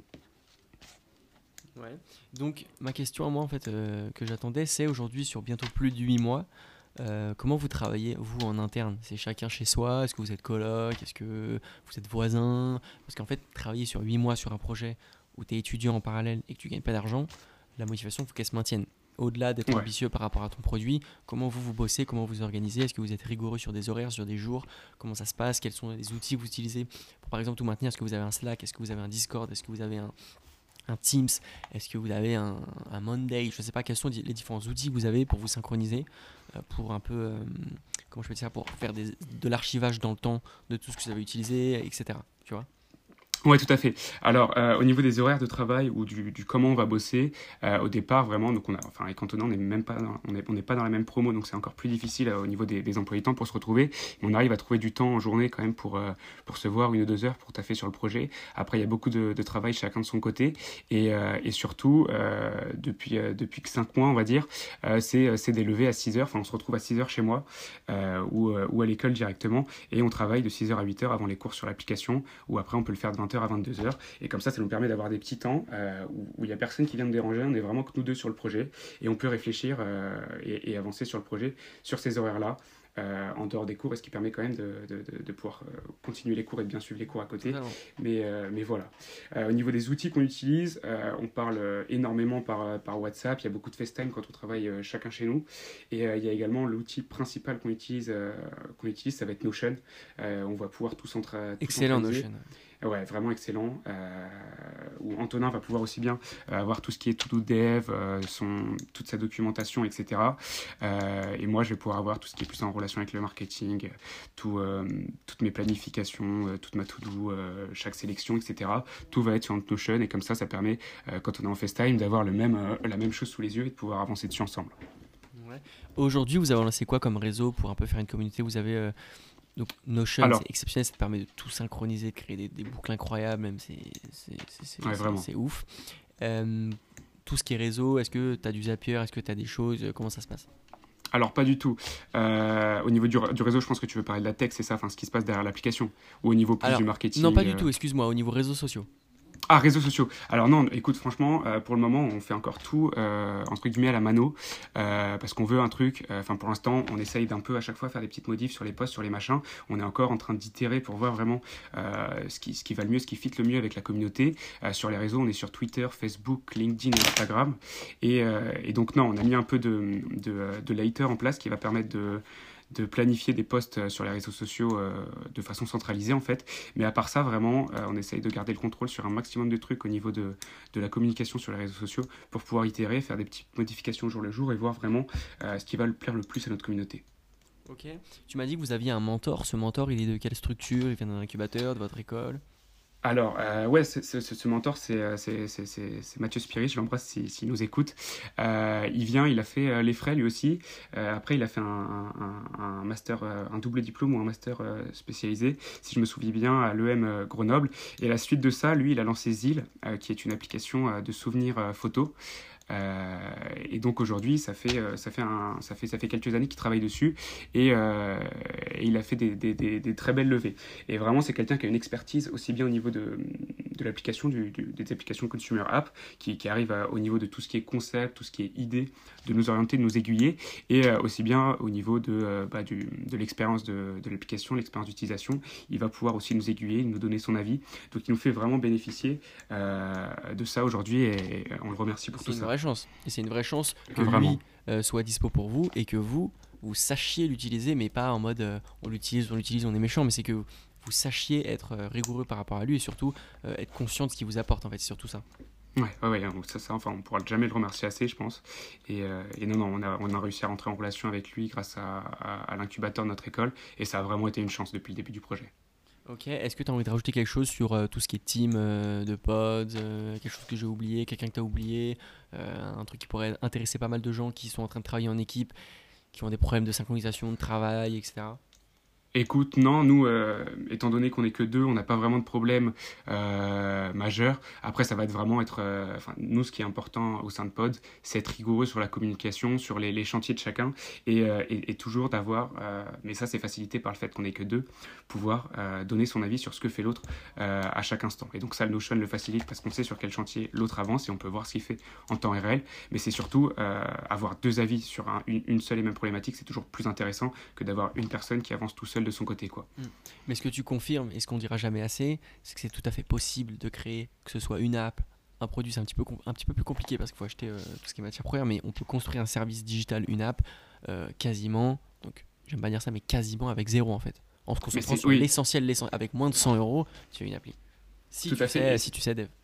Ouais. Donc, ma question à moi, en fait, euh, que j'attendais, c'est aujourd'hui, sur bientôt plus de huit mois, euh, comment vous travaillez, vous, en interne? C'est chacun chez soi? Est-ce que vous êtes coloc? Est-ce que vous êtes voisins? Parce qu'en fait, travailler sur huit mois sur un projet où tu es étudiant en parallèle et que tu gagnes pas d'argent, la motivation, il faut qu'elle se maintienne. Au-delà d'être Ouais. ambitieux par rapport à ton produit, comment vous vous bossez, comment vous organisez? Est-ce que vous êtes rigoureux sur des horaires, sur des jours? Comment ça se passe? Quels sont les outils que vous utilisez pour, par exemple, tout maintenir? Est-ce que vous avez un Slack? Est-ce que vous avez un Discord? Est-ce que vous avez un, un Teams? Est-ce que vous avez un, un Monday? Je ne sais pas quels sont di- les différents outils que vous avez pour vous synchroniser, euh, pour un peu, euh, comment je peux dire, pour faire des- de l'archivage dans le temps de tout ce que vous avez utilisé, et cetera. Tu vois? Ouais, tout à fait. Alors, euh, au niveau des horaires de travail ou du, du comment on va bosser, euh, au départ, vraiment, donc on a, enfin, avec Antonin, on n'est même pas, dans, on n'est on n'est pas dans la même promo, donc c'est encore plus difficile euh, au niveau des, des emplois du temps pour se retrouver. Mais on arrive à trouver du temps en journée quand même pour, euh, pour se voir une ou deux heures pour taffer sur le projet. Après, il y a beaucoup de, de travail chacun de son côté. Et, euh, et surtout, euh, depuis, euh, depuis que cinq mois, on va dire, euh, c'est, c'est des levées à six heures. Enfin, on se retrouve à six heures chez moi euh, ou, euh, ou à l'école directement. Et on travaille de six heures à huit heures avant les cours sur l'application, ou après, on peut le faire de vingt heures à vingt-deux heures. Et comme ça, ça nous permet d'avoir des petits temps euh, où il n'y a personne qui vient me déranger. On est vraiment que nous deux sur le projet. Et on peut réfléchir euh, et, et avancer sur le projet sur ces horaires-là. Euh, en dehors des cours, et ce qui permet quand même de, de, de, de pouvoir euh, continuer les cours et de bien suivre les cours à côté. Totalement. Mais, euh, mais voilà. Euh, au niveau des outils qu'on utilise, euh, on parle énormément par, par WhatsApp. Il y a beaucoup de FaceTime quand on travaille euh, chacun chez nous. Et euh, il y a également l'outil principal qu'on utilise, euh, qu'on utilise, ça va être Notion. Euh, on va pouvoir tout, centra- tout Excellent centraliser. Notion. Ouais, vraiment excellent. Euh, où Antonin va pouvoir aussi bien euh, avoir tout ce qui est to-do dev, euh, son, toute sa documentation, et cetera. Euh, et moi, je vais pouvoir avoir tout ce qui est plus en relation avec le marketing, tout, euh, toutes mes planifications, euh, toute ma to-do, euh, chaque sélection, et cetera. Tout va être sur Notion et comme ça, ça permet, euh, quand on est en FaceTime, d'avoir le même, euh, la même chose sous les yeux et de pouvoir avancer dessus ensemble. Ouais. Aujourd'hui, vous avez lancé quoi comme réseau pour un peu faire une communauté? Vous avez euh, donc Notion, Alors, c'est exceptionnel, ça te permet de tout synchroniser, de créer des, des boucles incroyables, même c'est c'est c'est- c'est- ouais, c'est- vraiment. c'est ouf. Euh, tout ce qui est réseau, est-ce que tu as du Zapier, est-ce que tu as des choses, comment ça se passe? Alors, pas du tout. Euh, au niveau du, du réseau, je pense que tu veux parler de la tech, c'est ça, enfin, ce qui se passe derrière l'application, ou au niveau plus Alors, du non, pas marketing. du euh, tout, excuse-moi, au niveau réseaux sociaux. Ah, réseaux sociaux. Alors non, écoute, franchement, euh, pour le moment, on fait encore tout, euh, entre guillemets, à la mano, euh, parce qu'on veut un truc, enfin, pour l'instant, on essaye d'un peu à chaque fois faire des petites modifs sur les posts, sur les machins. On est encore en train d'itérer pour voir vraiment euh, ce, qui, ce qui va le mieux, ce qui fit le mieux avec la communauté. Euh, sur les réseaux, on est sur Twitter, Facebook, LinkedIn et Instagram. Et, euh, et donc, non, on a mis un peu de, de, de later en place qui va permettre de de planifier des posts sur les réseaux sociaux euh, de façon centralisée en fait. Mais à part ça, vraiment, euh, on essaye de garder le contrôle sur un maximum de trucs au niveau de, de la communication sur les réseaux sociaux pour pouvoir itérer, faire des petites modifications jour le jour et voir vraiment euh, ce qui va le plaire le plus à notre communauté. Ok. Tu m'as dit que vous aviez un mentor. Ce mentor, il est de quelle structure? Il vient d'un incubateur, de votre école? Alors, euh, ouais, ce, ce, ce mentor, c'est, euh, c'est, c'est, c'est, c'est Mathieu Spirit, je l'embrasse s'il si, si nous écoute. Euh, il vient, il a fait euh, les frais lui aussi. Euh, après, il a fait un, un, un master, euh, un double diplôme ou un master euh, spécialisé, si je me souviens bien, à l'E M euh, Grenoble. Et à la suite de ça, lui, il a lancé Zil, euh, qui est une application euh, de souvenirs euh, photos. Euh, et donc aujourd'hui, ça fait, euh, ça, fait un, ça, fait, ça fait quelques années qu'il travaille dessus et, euh, et il a fait des, des, des, des très belles levées. Et vraiment, c'est quelqu'un qui a une expertise aussi bien au niveau de, de l'application, du, du, des applications Consumer App, qui, qui arrive à, au niveau de tout ce qui est concept, tout ce qui est idée, de nous orienter, de nous aiguiller, et euh, aussi bien au niveau de, euh, bah, du, de l'expérience de, de l'application, l'expérience d'utilisation. Il va pouvoir aussi nous aiguiller, nous donner son avis. Donc il nous fait vraiment bénéficier euh, de ça aujourd'hui et on le remercie pour C'est tout une ça. vraie chance. Et c'est une vraie chance que Vraiment. lui euh, soit dispo pour vous et que vous, vous sachiez l'utiliser, mais pas en mode euh, on l'utilise, on l'utilise, on est méchant, mais c'est que vous sachiez être euh, rigoureux par rapport à lui et surtout euh, être conscient de ce qu'il vous apporte en fait, c'est surtout ça. Ouais, ouais, ouais, donc ça, ça, enfin, on pourra jamais le remercier assez, je pense. Et, euh, et non, non, on a, on a réussi à rentrer en relation avec lui grâce à, à, à l'incubateur de notre école, et ça a vraiment été une chance depuis le début du projet. Ok, est-ce que tu as envie de rajouter quelque chose sur euh, tout ce qui est team euh, de pods, euh, quelque chose que j'ai oublié, quelqu'un que tu as oublié, euh, un truc qui pourrait intéresser pas mal de gens qui sont en train de travailler en équipe, qui ont des problèmes de synchronisation, de travail, et cetera. Écoute, non, nous, euh, étant donné qu'on n'est que deux, on n'a pas vraiment de problème euh, majeur. Après, ça va être vraiment être... euh, Enfin, nous, ce qui est important au sein de Pod, c'est être rigoureux sur la communication, sur les, les chantiers de chacun, et, euh, et, et toujours d'avoir, euh, mais ça c'est facilité par le fait qu'on n'est que deux, pouvoir euh, donner son avis sur ce que fait l'autre euh, à chaque instant. Et donc ça, le Notion le facilite parce qu'on sait sur quel chantier l'autre avance et on peut voir ce qu'il fait en temps réel. Mais c'est surtout euh, avoir deux avis sur un, une, une seule et même problématique, c'est toujours plus intéressant que d'avoir une personne qui avance tout seul de son côté, quoi. Mais ce que tu confirmes, et ce qu'on dira jamais assez, c'est que c'est tout à fait possible de créer, que ce soit une app, un produit, c'est un petit peu, un petit peu plus compliqué parce qu'il faut acheter euh, tout ce qui est matière première, mais on peut construire un service digital, une app, euh, quasiment, donc j'aime pas dire ça, mais quasiment avec zéro en fait. En se concentrant sur oui. l'essentiel, l'essentiel, avec moins de cent euros, tu as une appli. Si Tout tu à fait. sais, si tu sais dev.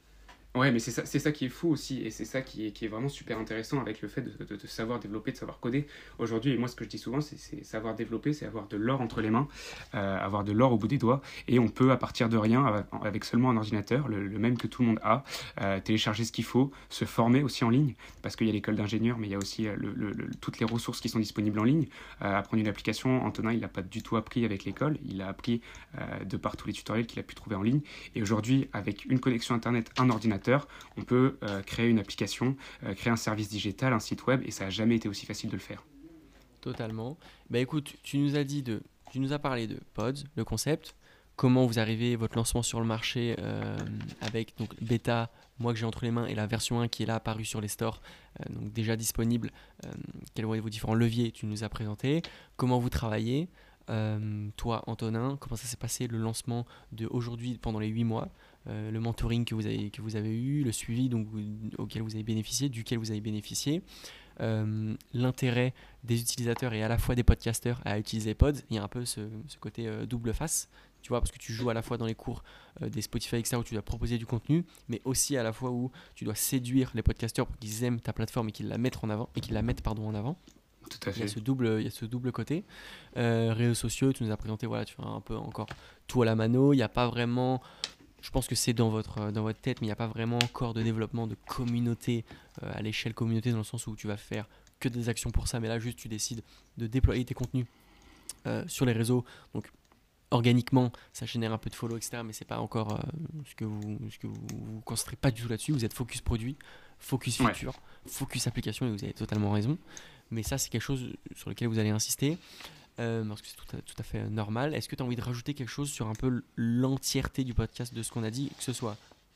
Ouais, mais c'est ça, c'est ça qui est fou aussi, et c'est ça qui est, qui est vraiment super intéressant avec le fait de, de, de savoir développer, de savoir coder. Aujourd'hui, et moi ce que je dis souvent, c'est, c'est savoir développer, c'est avoir de l'or entre les mains, euh, avoir de l'or au bout des doigts, et on peut à partir de rien, avec, avec seulement un ordinateur, le, le même que tout le monde a, euh, télécharger ce qu'il faut, se former aussi en ligne, parce qu'il y a l'école d'ingénieur, mais il y a aussi euh, le, le, le, toutes les ressources qui sont disponibles en ligne. Euh, apprendre une application, Antonin, il l'a pas du tout appris avec l'école, il l'a appris euh, de par tous les tutoriels qu'il a pu trouver en ligne, et aujourd'hui, avec une connexion Internet, un ordinateur, on peut euh, créer une application, euh, créer un service digital, un site web, et ça n'a jamais été aussi facile de le faire. Totalement. Bah écoute, tu nous as dit de, tu nous as parlé de Pods, le concept, comment vous arrivez, votre lancement sur le marché euh, avec donc bêta, moi que j'ai entre les mains, et la version un qui est là apparue sur les stores, euh, donc déjà disponible. Euh, quels vont être vos différents leviers, tu nous as présenté. Comment vous travaillez, euh, toi Antonin, comment ça s'est passé le lancement de aujourd'hui pendant les huit mois, euh, le mentoring que vous avez, que vous avez eu, le suivi donc, auquel vous avez bénéficié, duquel vous avez bénéficié. Euh, l'intérêt des utilisateurs et à la fois des podcasters à utiliser Pods. Il y a un peu ce, ce côté euh, double face, tu vois, parce que tu joues à la fois dans les cours euh, des Spotify, et cetera, où tu dois proposer du contenu, mais aussi à la fois où tu dois séduire les podcasters pour qu'ils aiment ta plateforme et qu'ils la mettent en avant, et qu'ils la mettent pardon, en avant. Tout à Il y a fait. ce double, il y a ce double côté. Euh, réseaux sociaux, tu nous as présenté, voilà, tu fais un peu encore tout à la mano. Il n'y a pas vraiment. Je pense que c'est dans votre, dans votre tête, mais il n'y a pas vraiment encore de développement de communauté euh, à l'échelle communauté, dans le sens où tu vas faire que des actions pour ça, mais là juste tu décides de déployer tes contenus euh, sur les réseaux. Donc organiquement, ça génère un peu de follow, et cetera. Mais c'est pas encore euh, ce que vous ce que vous, vous concentrez pas du tout là-dessus. Vous êtes focus produit, focus feature, ouais. Focus application, et vous avez totalement raison. Mais ça, c'est quelque chose sur lequel vous allez insister. Euh, parce que c'est tout à, tout à fait normal. Est-ce que tu as envie de rajouter quelque chose sur un peu l'entièreté du podcast de ce qu'on a dit, que ce soit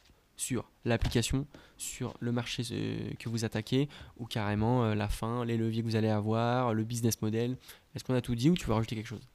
sur l'application, sur le marché euh, que vous attaquez, ou carrément euh, la fin, les leviers que vous allez avoir, le business model? Est-ce qu'on a tout dit ou tu veux rajouter quelque chose?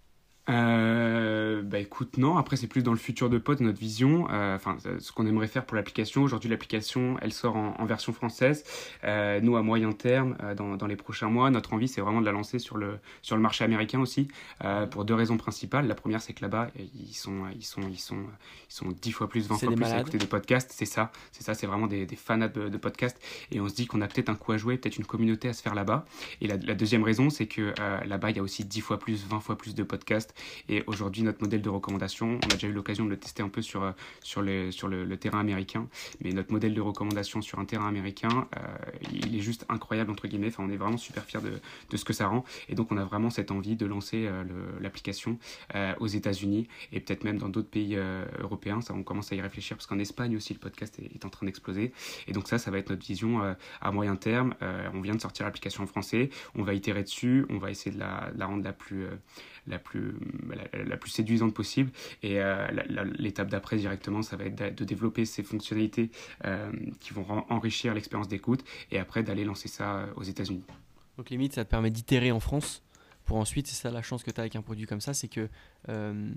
Euh, bah écoute, non, après c'est plus dans le futur de Pod, notre vision, enfin euh, ce qu'on aimerait faire pour l'application. Aujourd'hui l'application elle sort en, en version française, euh, nous à moyen terme, euh, dans, dans les prochains mois, notre envie c'est vraiment de la lancer sur le, sur le marché américain aussi, euh, pour deux raisons principales. La première c'est que là-bas ils sont, ils sont, ils sont, ils sont dix fois plus, vingt C'est fois des plus malades. à écouter des podcasts, c'est ça, c'est ça, c'est vraiment des, des fanats de, de podcasts, et on se dit qu'on a peut-être un coup à jouer, peut-être une communauté à se faire là-bas. Et la, la deuxième raison c'est que euh, là-bas il y a aussi dix fois plus, vingt fois plus de podcasts. Et aujourd'hui, notre modèle de recommandation, on a déjà eu l'occasion de le tester un peu sur, sur, les, sur le, le terrain américain, mais notre modèle de recommandation sur un terrain américain, euh, il est juste incroyable, entre guillemets. Enfin, on est vraiment super fiers de, de ce que ça rend. Et donc, on a vraiment cette envie de lancer euh, le, l'application euh, aux États-Unis et peut-être même dans d'autres pays euh, européens. Ça, on commence à y réfléchir parce qu'en Espagne aussi, le podcast est, est en train d'exploser. Et donc, ça, ça va être notre vision euh, à moyen terme. Euh, on vient de sortir l'application en français. On va itérer dessus. On va essayer de la, de la rendre la plus... Euh, la plus, la, la plus séduisante possible, et euh, la, la, l'étape d'après directement ça va être de, de développer ces fonctionnalités euh, qui vont en, enrichir l'expérience d'écoute, et après d'aller lancer ça aux États-Unis. Donc limite ça te permet d'itérer en France pour ensuite, c'est ça la chance que tu as avec un produit comme ça, c'est que euh,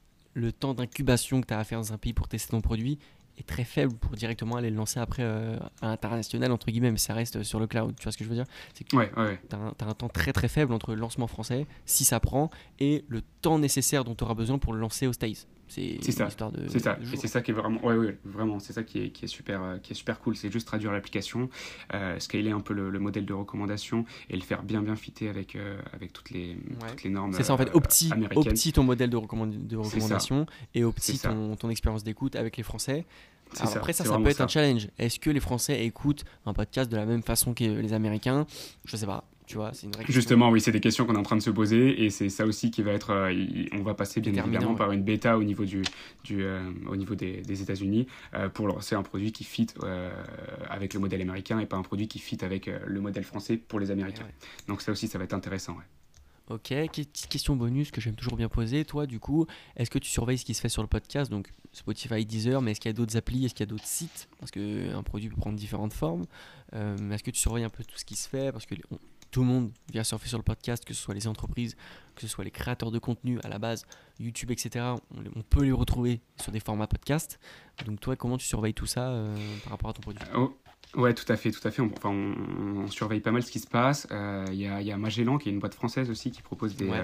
le temps d'incubation que tu as à faire dans un pays pour tester ton produit est très faible pour directement aller le lancer après euh, à l'international, entre guillemets, mais ça reste sur le cloud. Tu vois ce que je veux dire? C'est que ouais, ouais. tu as un, un temps très très faible entre le lancement français, si ça prend, et le temps nécessaire dont tu auras besoin pour le lancer aux States. C'est, c'est ça, histoire de, c'est ça. de et c'est ça qui est vraiment, ouais, ouais, vraiment, c'est ça qui est, qui est super, euh, qui est super cool. C'est juste traduire l'application, euh, scaler un peu le, le modèle de recommandation et le faire bien bien fitter avec euh, avec toutes les ouais. toutes les normes. C'est ça en fait, euh, opti, américaines. opti ton modèle de, recommand- de recommandation et opti ton, ton expérience d'écoute avec les Français. Alors ça, après ça, ça peut être ça. Un challenge. Est-ce que les Français écoutent un podcast de la même façon que les Américains? Je sais pas. Tu vois, c'est une vraie question. Justement, oui, c'est des questions qu'on est en train de se poser, et c'est ça aussi qui va être. Euh, on va passer bien évidemment ouais. par une bêta au niveau du, du euh, au niveau des, des États-Unis euh, pour lancer un produit qui fit euh, avec le modèle américain et pas un produit qui fit avec euh, le modèle français pour les Américains. Ouais. Donc ça aussi, ça va être intéressant. Ouais. Ok, petite question bonus que j'aime toujours bien poser. Toi, du coup, est-ce que tu surveilles ce qui se fait sur le podcast? Donc Spotify, Deezer, mais est-ce qu'il y a d'autres applis? Est-ce qu'il y a d'autres sites? Parce qu'un produit peut prendre différentes formes. Euh, est-ce que tu surveilles un peu tout ce qui se fait? Parce que on, tout le monde vient surfer sur le podcast, que ce soit les entreprises, que ce soit les créateurs de contenu à la base, YouTube, et cetera. On, on peut les retrouver sur des formats podcast. Donc toi, comment tu surveilles tout ça euh, par rapport à ton produit? oh. Ouais, tout à fait, tout à fait. On, enfin, on, on surveille pas mal ce qui se passe. Il euh, y, y a Magellan, qui est une boîte française aussi, qui propose des, ouais. euh,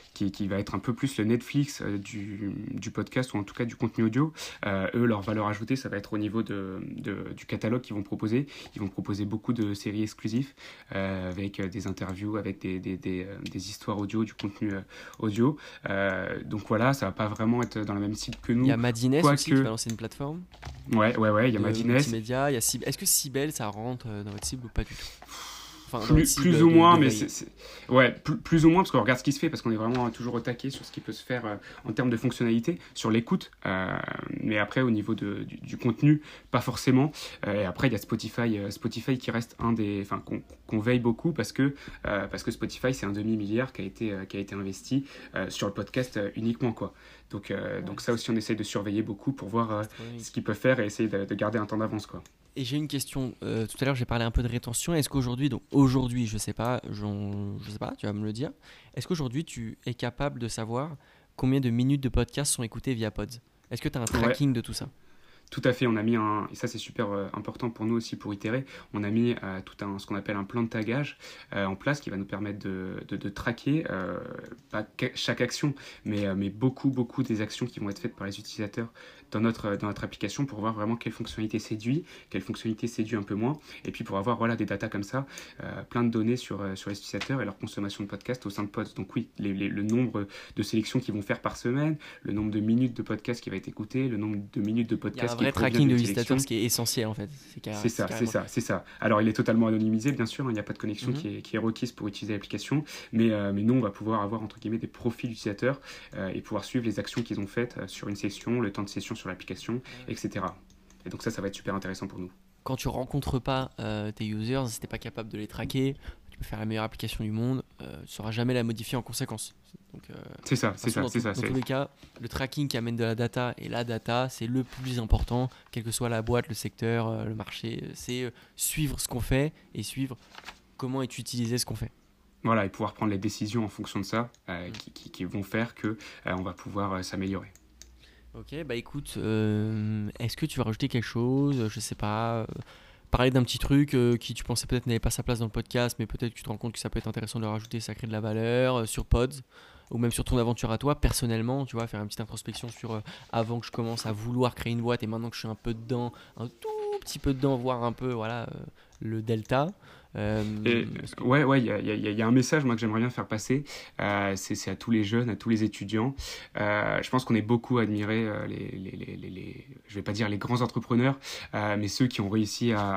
qui, qui va être un peu plus le Netflix euh, du, du podcast ou en tout cas du contenu audio. Euh, eux, leur valeur ajoutée, ça va être au niveau de, de, du catalogue qu'ils vont proposer. Ils vont proposer beaucoup de séries exclusives euh, avec des interviews, avec des, des, des, des histoires audio, du contenu euh, audio. Euh, donc voilà, ça va pas vraiment être dans la même cible que nous. Il y a Madines aussi que... qui va lancer une plateforme. Ouais, ouais, ouais, il y a Madines. Multimédia, il y a Cib... Est-ce que Cybelle, ça rentre dans votre cible ou pas du tout? Enfin, plus, plus ou moins, de, de mais c'est, c'est... Ouais, plus, plus ou moins, parce qu'on regarde ce qui se fait, parce qu'on est vraiment toujours au taquet sur ce qui peut se faire euh, en termes de fonctionnalité, sur l'écoute, euh, mais après, au niveau de, du, du contenu, pas forcément. Euh, et après, il y a Spotify, euh, Spotify qui reste un des... Enfin, qu'on, qu'on veille beaucoup, parce que, euh, parce que Spotify, c'est un demi-milliard qui a été, euh, qui a été investi euh, sur le podcast euh, uniquement, quoi. Donc, euh, ouais, donc ça aussi, on essaye de surveiller beaucoup pour voir euh, ce qu'ils peuvent faire et essayer de, de garder un temps d'avance, quoi. Et j'ai une question. Euh, tout à l'heure, j'ai parlé un peu de rétention. Est-ce qu'aujourd'hui, donc aujourd'hui, je sais pas, j'en, je sais pas, tu vas me le dire. Est-ce qu'aujourd'hui, tu es capable de savoir combien de minutes de podcast sont écoutées via Pods? Est-ce que tu as un tracking ouais. de tout ça? Tout à fait, on a mis un, et ça c'est super euh, important pour nous aussi pour itérer, on a mis euh, tout un, ce qu'on appelle un plan de tagage euh, en place qui va nous permettre de, de, de traquer, euh, pas chaque action, mais, euh, mais beaucoup, beaucoup des actions qui vont être faites par les utilisateurs dans notre, dans notre application pour voir vraiment quelle fonctionnalité séduit, quelle fonctionnalité séduit un peu moins, et puis pour avoir voilà, des datas comme ça, euh, plein de données sur, euh, sur les utilisateurs et leur consommation de podcast au sein de Pods. Donc oui, les, les, le nombre de sélections qu'ils vont faire par semaine, le nombre de minutes de podcast qui va être écouté, le nombre de minutes de podcast vrai tracking de l'utilisateur, ce qui est essentiel en fait. C'est, car... c'est ça, c'est, c'est ça, c'est ça. Alors il est totalement anonymisé, bien sûr, il hein, n'y a pas de connexion mm-hmm. qui, est, qui est requise pour utiliser l'application, mais, euh, mais nous on va pouvoir avoir entre guillemets des profils utilisateurs euh, et pouvoir suivre les actions qu'ils ont faites euh, sur une session, le temps de session sur l'application, mm-hmm. et cetera. Et donc ça, ça va être super intéressant pour nous. Quand tu rencontres pas euh, tes users, si t'es pas capable de les traquer, tu peux faire la meilleure application du monde, euh, tu ne sauras jamais la modifier en conséquence. Donc, euh, c'est ça, c'est ça, dans c'est tout, ça. Dans c'est... tous les cas, le tracking qui amène de la data et la data, c'est le plus important, quelle que soit la boîte, le secteur, euh, le marché. C'est euh, suivre ce qu'on fait et suivre comment est utilisé ce qu'on fait. Voilà, et pouvoir prendre les décisions en fonction de ça, euh, mmh. qui, qui, qui vont faire que euh, on va pouvoir euh, s'améliorer. Ok, bah écoute, euh, est-ce que tu vas rajouter quelque chose? Je sais pas. Euh, parler d'un petit truc euh, qui tu pensais peut-être n'avait pas sa place dans le podcast, mais peut-être que tu te rends compte que ça peut être intéressant de le rajouter, ça crée de la valeur euh, sur Pods ou même sur ton aventure à toi personnellement, tu vois, faire une petite introspection sur euh, avant que je commence à vouloir créer une boîte et maintenant que je suis un peu dedans, un tout petit peu dedans, voir un peu voilà euh, le delta. Euh, et, que... Ouais, ouais, il y a, y, a, y a un message moi que j'aimerais bien faire passer. Euh, c'est, c'est à tous les jeunes, à tous les étudiants. Euh, je pense qu'on est beaucoup admiré euh, les, les, les, les, les, je vais pas dire les grands entrepreneurs, euh, mais ceux qui ont réussi à,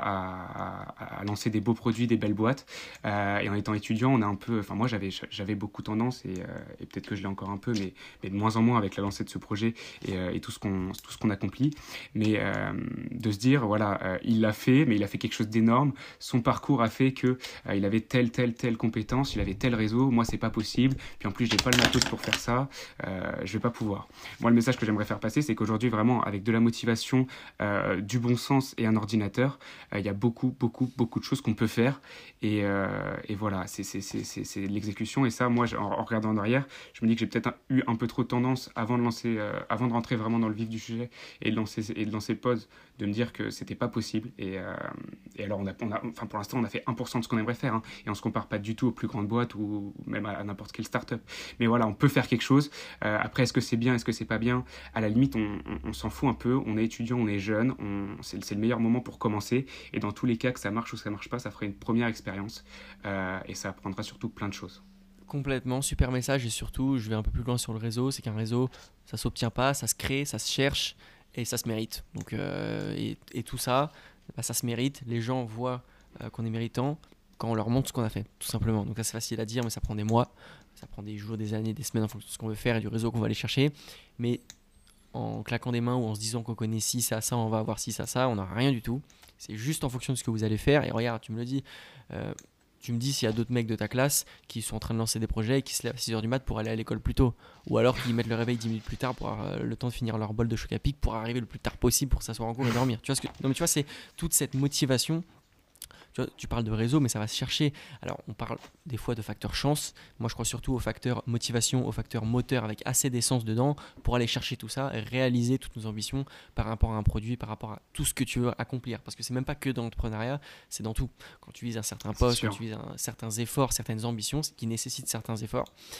à, à lancer des beaux produits, des belles boîtes. Euh, et en étant étudiant, on a un peu, enfin moi j'avais, j'avais beaucoup tendance et, euh, et peut-être que je l'ai encore un peu, mais, mais de moins en moins avec la lancée de ce projet et, euh, et tout ce qu'on, tout ce qu'on accomplit. Mais euh, de se dire, voilà, euh, il l'a fait, mais il a fait quelque chose d'énorme. Son parcours a fait que euh, il avait telle telle telle compétence, il avait tel réseau, moi c'est pas possible, puis en plus j'ai pas le matos pour faire ça, euh, je vais pas pouvoir. Moi le message que j'aimerais faire passer, c'est qu'aujourd'hui vraiment avec de la motivation, euh, du bon sens et un ordinateur, il euh, y a beaucoup beaucoup beaucoup de choses qu'on peut faire et, euh, et voilà, c'est, c'est, c'est, c'est, c'est l'exécution. Et ça moi en, en regardant en arrière, je me dis que j'ai peut-être un, eu un peu trop de tendance avant de lancer, euh, avant de rentrer vraiment dans le vif du sujet et de lancer et de lancer Pods, de me dire que c'était pas possible et, euh, et alors on a, on a enfin pour l'instant on a fait un pour cent de ce qu'on aimerait faire hein, et on se compare pas du tout aux plus grandes boîtes ou même à, à n'importe quelle start-up, mais voilà on peut faire quelque chose. Euh, après est-ce que c'est bien, est-ce que c'est pas bien, à la limite on, on, on s'en fout un peu, on est étudiant, on est jeune, on, c'est, c'est le meilleur moment pour commencer et dans tous les cas que ça marche ou ça marche pas, ça ferait une première expérience euh, et ça apprendra surtout plein de choses. Complètement, super message et surtout je vais un peu plus loin sur le réseau, c'est qu'un réseau ça s'obtient pas, ça se crée, ça se cherche et ça se mérite. Donc, euh, et, et tout ça, bah, ça se mérite. Les gens voient euh, qu'on est méritant quand on leur montre ce qu'on a fait, tout simplement. Donc là, c'est facile à dire, mais ça prend des mois, ça prend des jours, des années, des semaines en fonction de ce qu'on veut faire et du réseau qu'on va aller chercher. Mais en claquant des mains ou en se disant qu'on connaît ci, ça, ça, on va avoir ci, ça, ça, on n'a rien du tout. C'est juste en fonction de ce que vous allez faire. Et regarde, tu me le dis. Euh, Tu me dis s'il y a d'autres mecs de ta classe qui sont en train de lancer des projets et qui se lèvent à six heures du mat pour aller à l'école plus tôt. Ou alors qui mettent le réveil dix minutes plus tard pour avoir le temps de finir leur bol de choc à pic pour arriver le plus tard possible pour s'asseoir en cours et dormir. Tu vois ce que... Non mais tu vois, c'est toute cette motivation. Tu vois, tu parles de réseau, mais ça va se chercher. Alors, on parle des fois de facteur chance. Moi, je crois surtout au facteur motivation, au facteur moteur avec assez d'essence dedans pour aller chercher tout ça et réaliser toutes nos ambitions par rapport à un produit, par rapport à tout ce que tu veux accomplir. Parce que c'est même pas que dans l'entrepreneuriat, c'est dans tout. Quand tu vises un certain poste, quand tu vises un, certains efforts, certaines ambitions, ce qui nécessite certains efforts.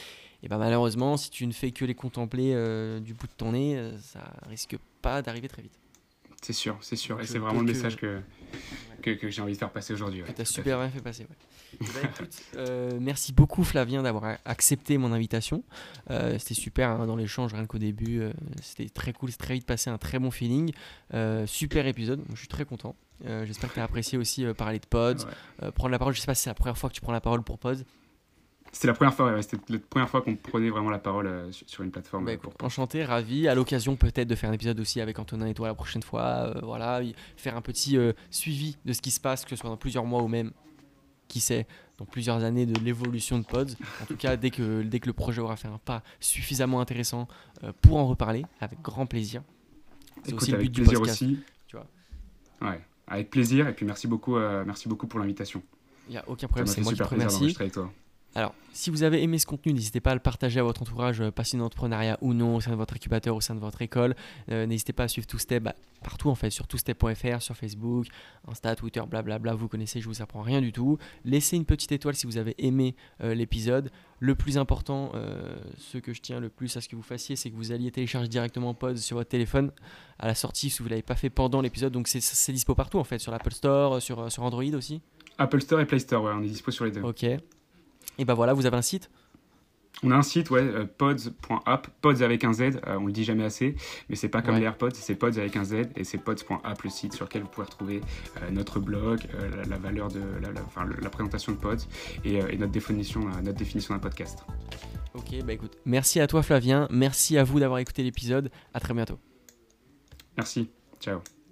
et ben malheureusement, si tu ne fais que les contempler euh, du bout de ton nez, euh, ça risque pas d'arriver très vite. C'est sûr, c'est sûr. Donc, Et je c'est peux vraiment le que- message que, que, que j'ai envie de faire passer aujourd'hui. Que Ouais, tu as tout à super fait. bien fait passer. Ouais. Bah, écoute, euh, merci beaucoup Flavien d'avoir a- accepté mon invitation. Euh, c'était super hein, dans l'échange, rien qu'au début. euh, c'était très cool, c'est très vite passé, un très bon feeling. Euh, super épisode, je suis très content. Euh, j'espère que tu as apprécié aussi euh, parler de Pods, Ouais. euh, prendre la parole. Je sais pas si c'est la première fois que tu prends la parole pour Pods. C'était la première fois, ouais, c'était la première fois qu'on prenait vraiment la parole euh, sur, sur une plateforme. Bah, euh, écoute, pour... enchanté, ravi. À l'occasion peut-être de faire un épisode aussi avec Antonin et toi la prochaine fois. Euh, voilà, y- faire un petit euh, suivi de ce qui se passe, que ce soit dans plusieurs mois ou même, qui sait, dans plusieurs années de l'évolution de Pods. En tout cas, dès que, dès que le projet aura fait un pas suffisamment intéressant euh, pour en reparler, avec grand plaisir. C'est Écoute, aussi le avec but du plaisir podcast. aussi. Tu vois. Ouais, avec plaisir. Et puis merci beaucoup, euh, merci beaucoup pour l'invitation. Il n'y a aucun Ça problème, m'a c'est fait moi qui te super plaisir remercie. d'enregistrer avec toi. Alors, si vous avez aimé ce contenu, n'hésitez pas à le partager à votre entourage euh, passionné d'entrepreneuriat ou non, au sein de votre incubateur, au sein de votre école. Euh, n'hésitez pas à suivre TwoStep bah, partout en fait, sur two step point f r, sur Facebook, Insta, Twitter, blablabla. Vous connaissez, je vous apprends rien du tout. Laissez une petite étoile si vous avez aimé euh, l'épisode. Le plus important, euh, ce que je tiens le plus à ce que vous fassiez, c'est que vous alliez télécharger directement Pods sur votre téléphone à la sortie si vous ne l'avez pas fait pendant l'épisode. Donc c'est, c'est dispo partout en fait, sur l'Apple Store, sur, sur Android aussi. Apple Store et Play Store, ouais, on est dispo sur les deux. Ok. Et ben voilà, vous avez un site. On a un site, ouais, euh, pods point app, pods avec un Z, euh, on le dit jamais assez, mais c'est pas comme Ouais. les AirPods, c'est pods avec un Z, et c'est pods point app le site sur lequel vous pouvez retrouver euh, notre blog, euh, la, la valeur de la, la, enfin, le- la présentation de Pods et, euh, et notre définition, euh, notre définition d'un podcast. Ok, bah écoute, merci à toi Flavien, merci à vous d'avoir écouté l'épisode, à très bientôt. Merci, ciao.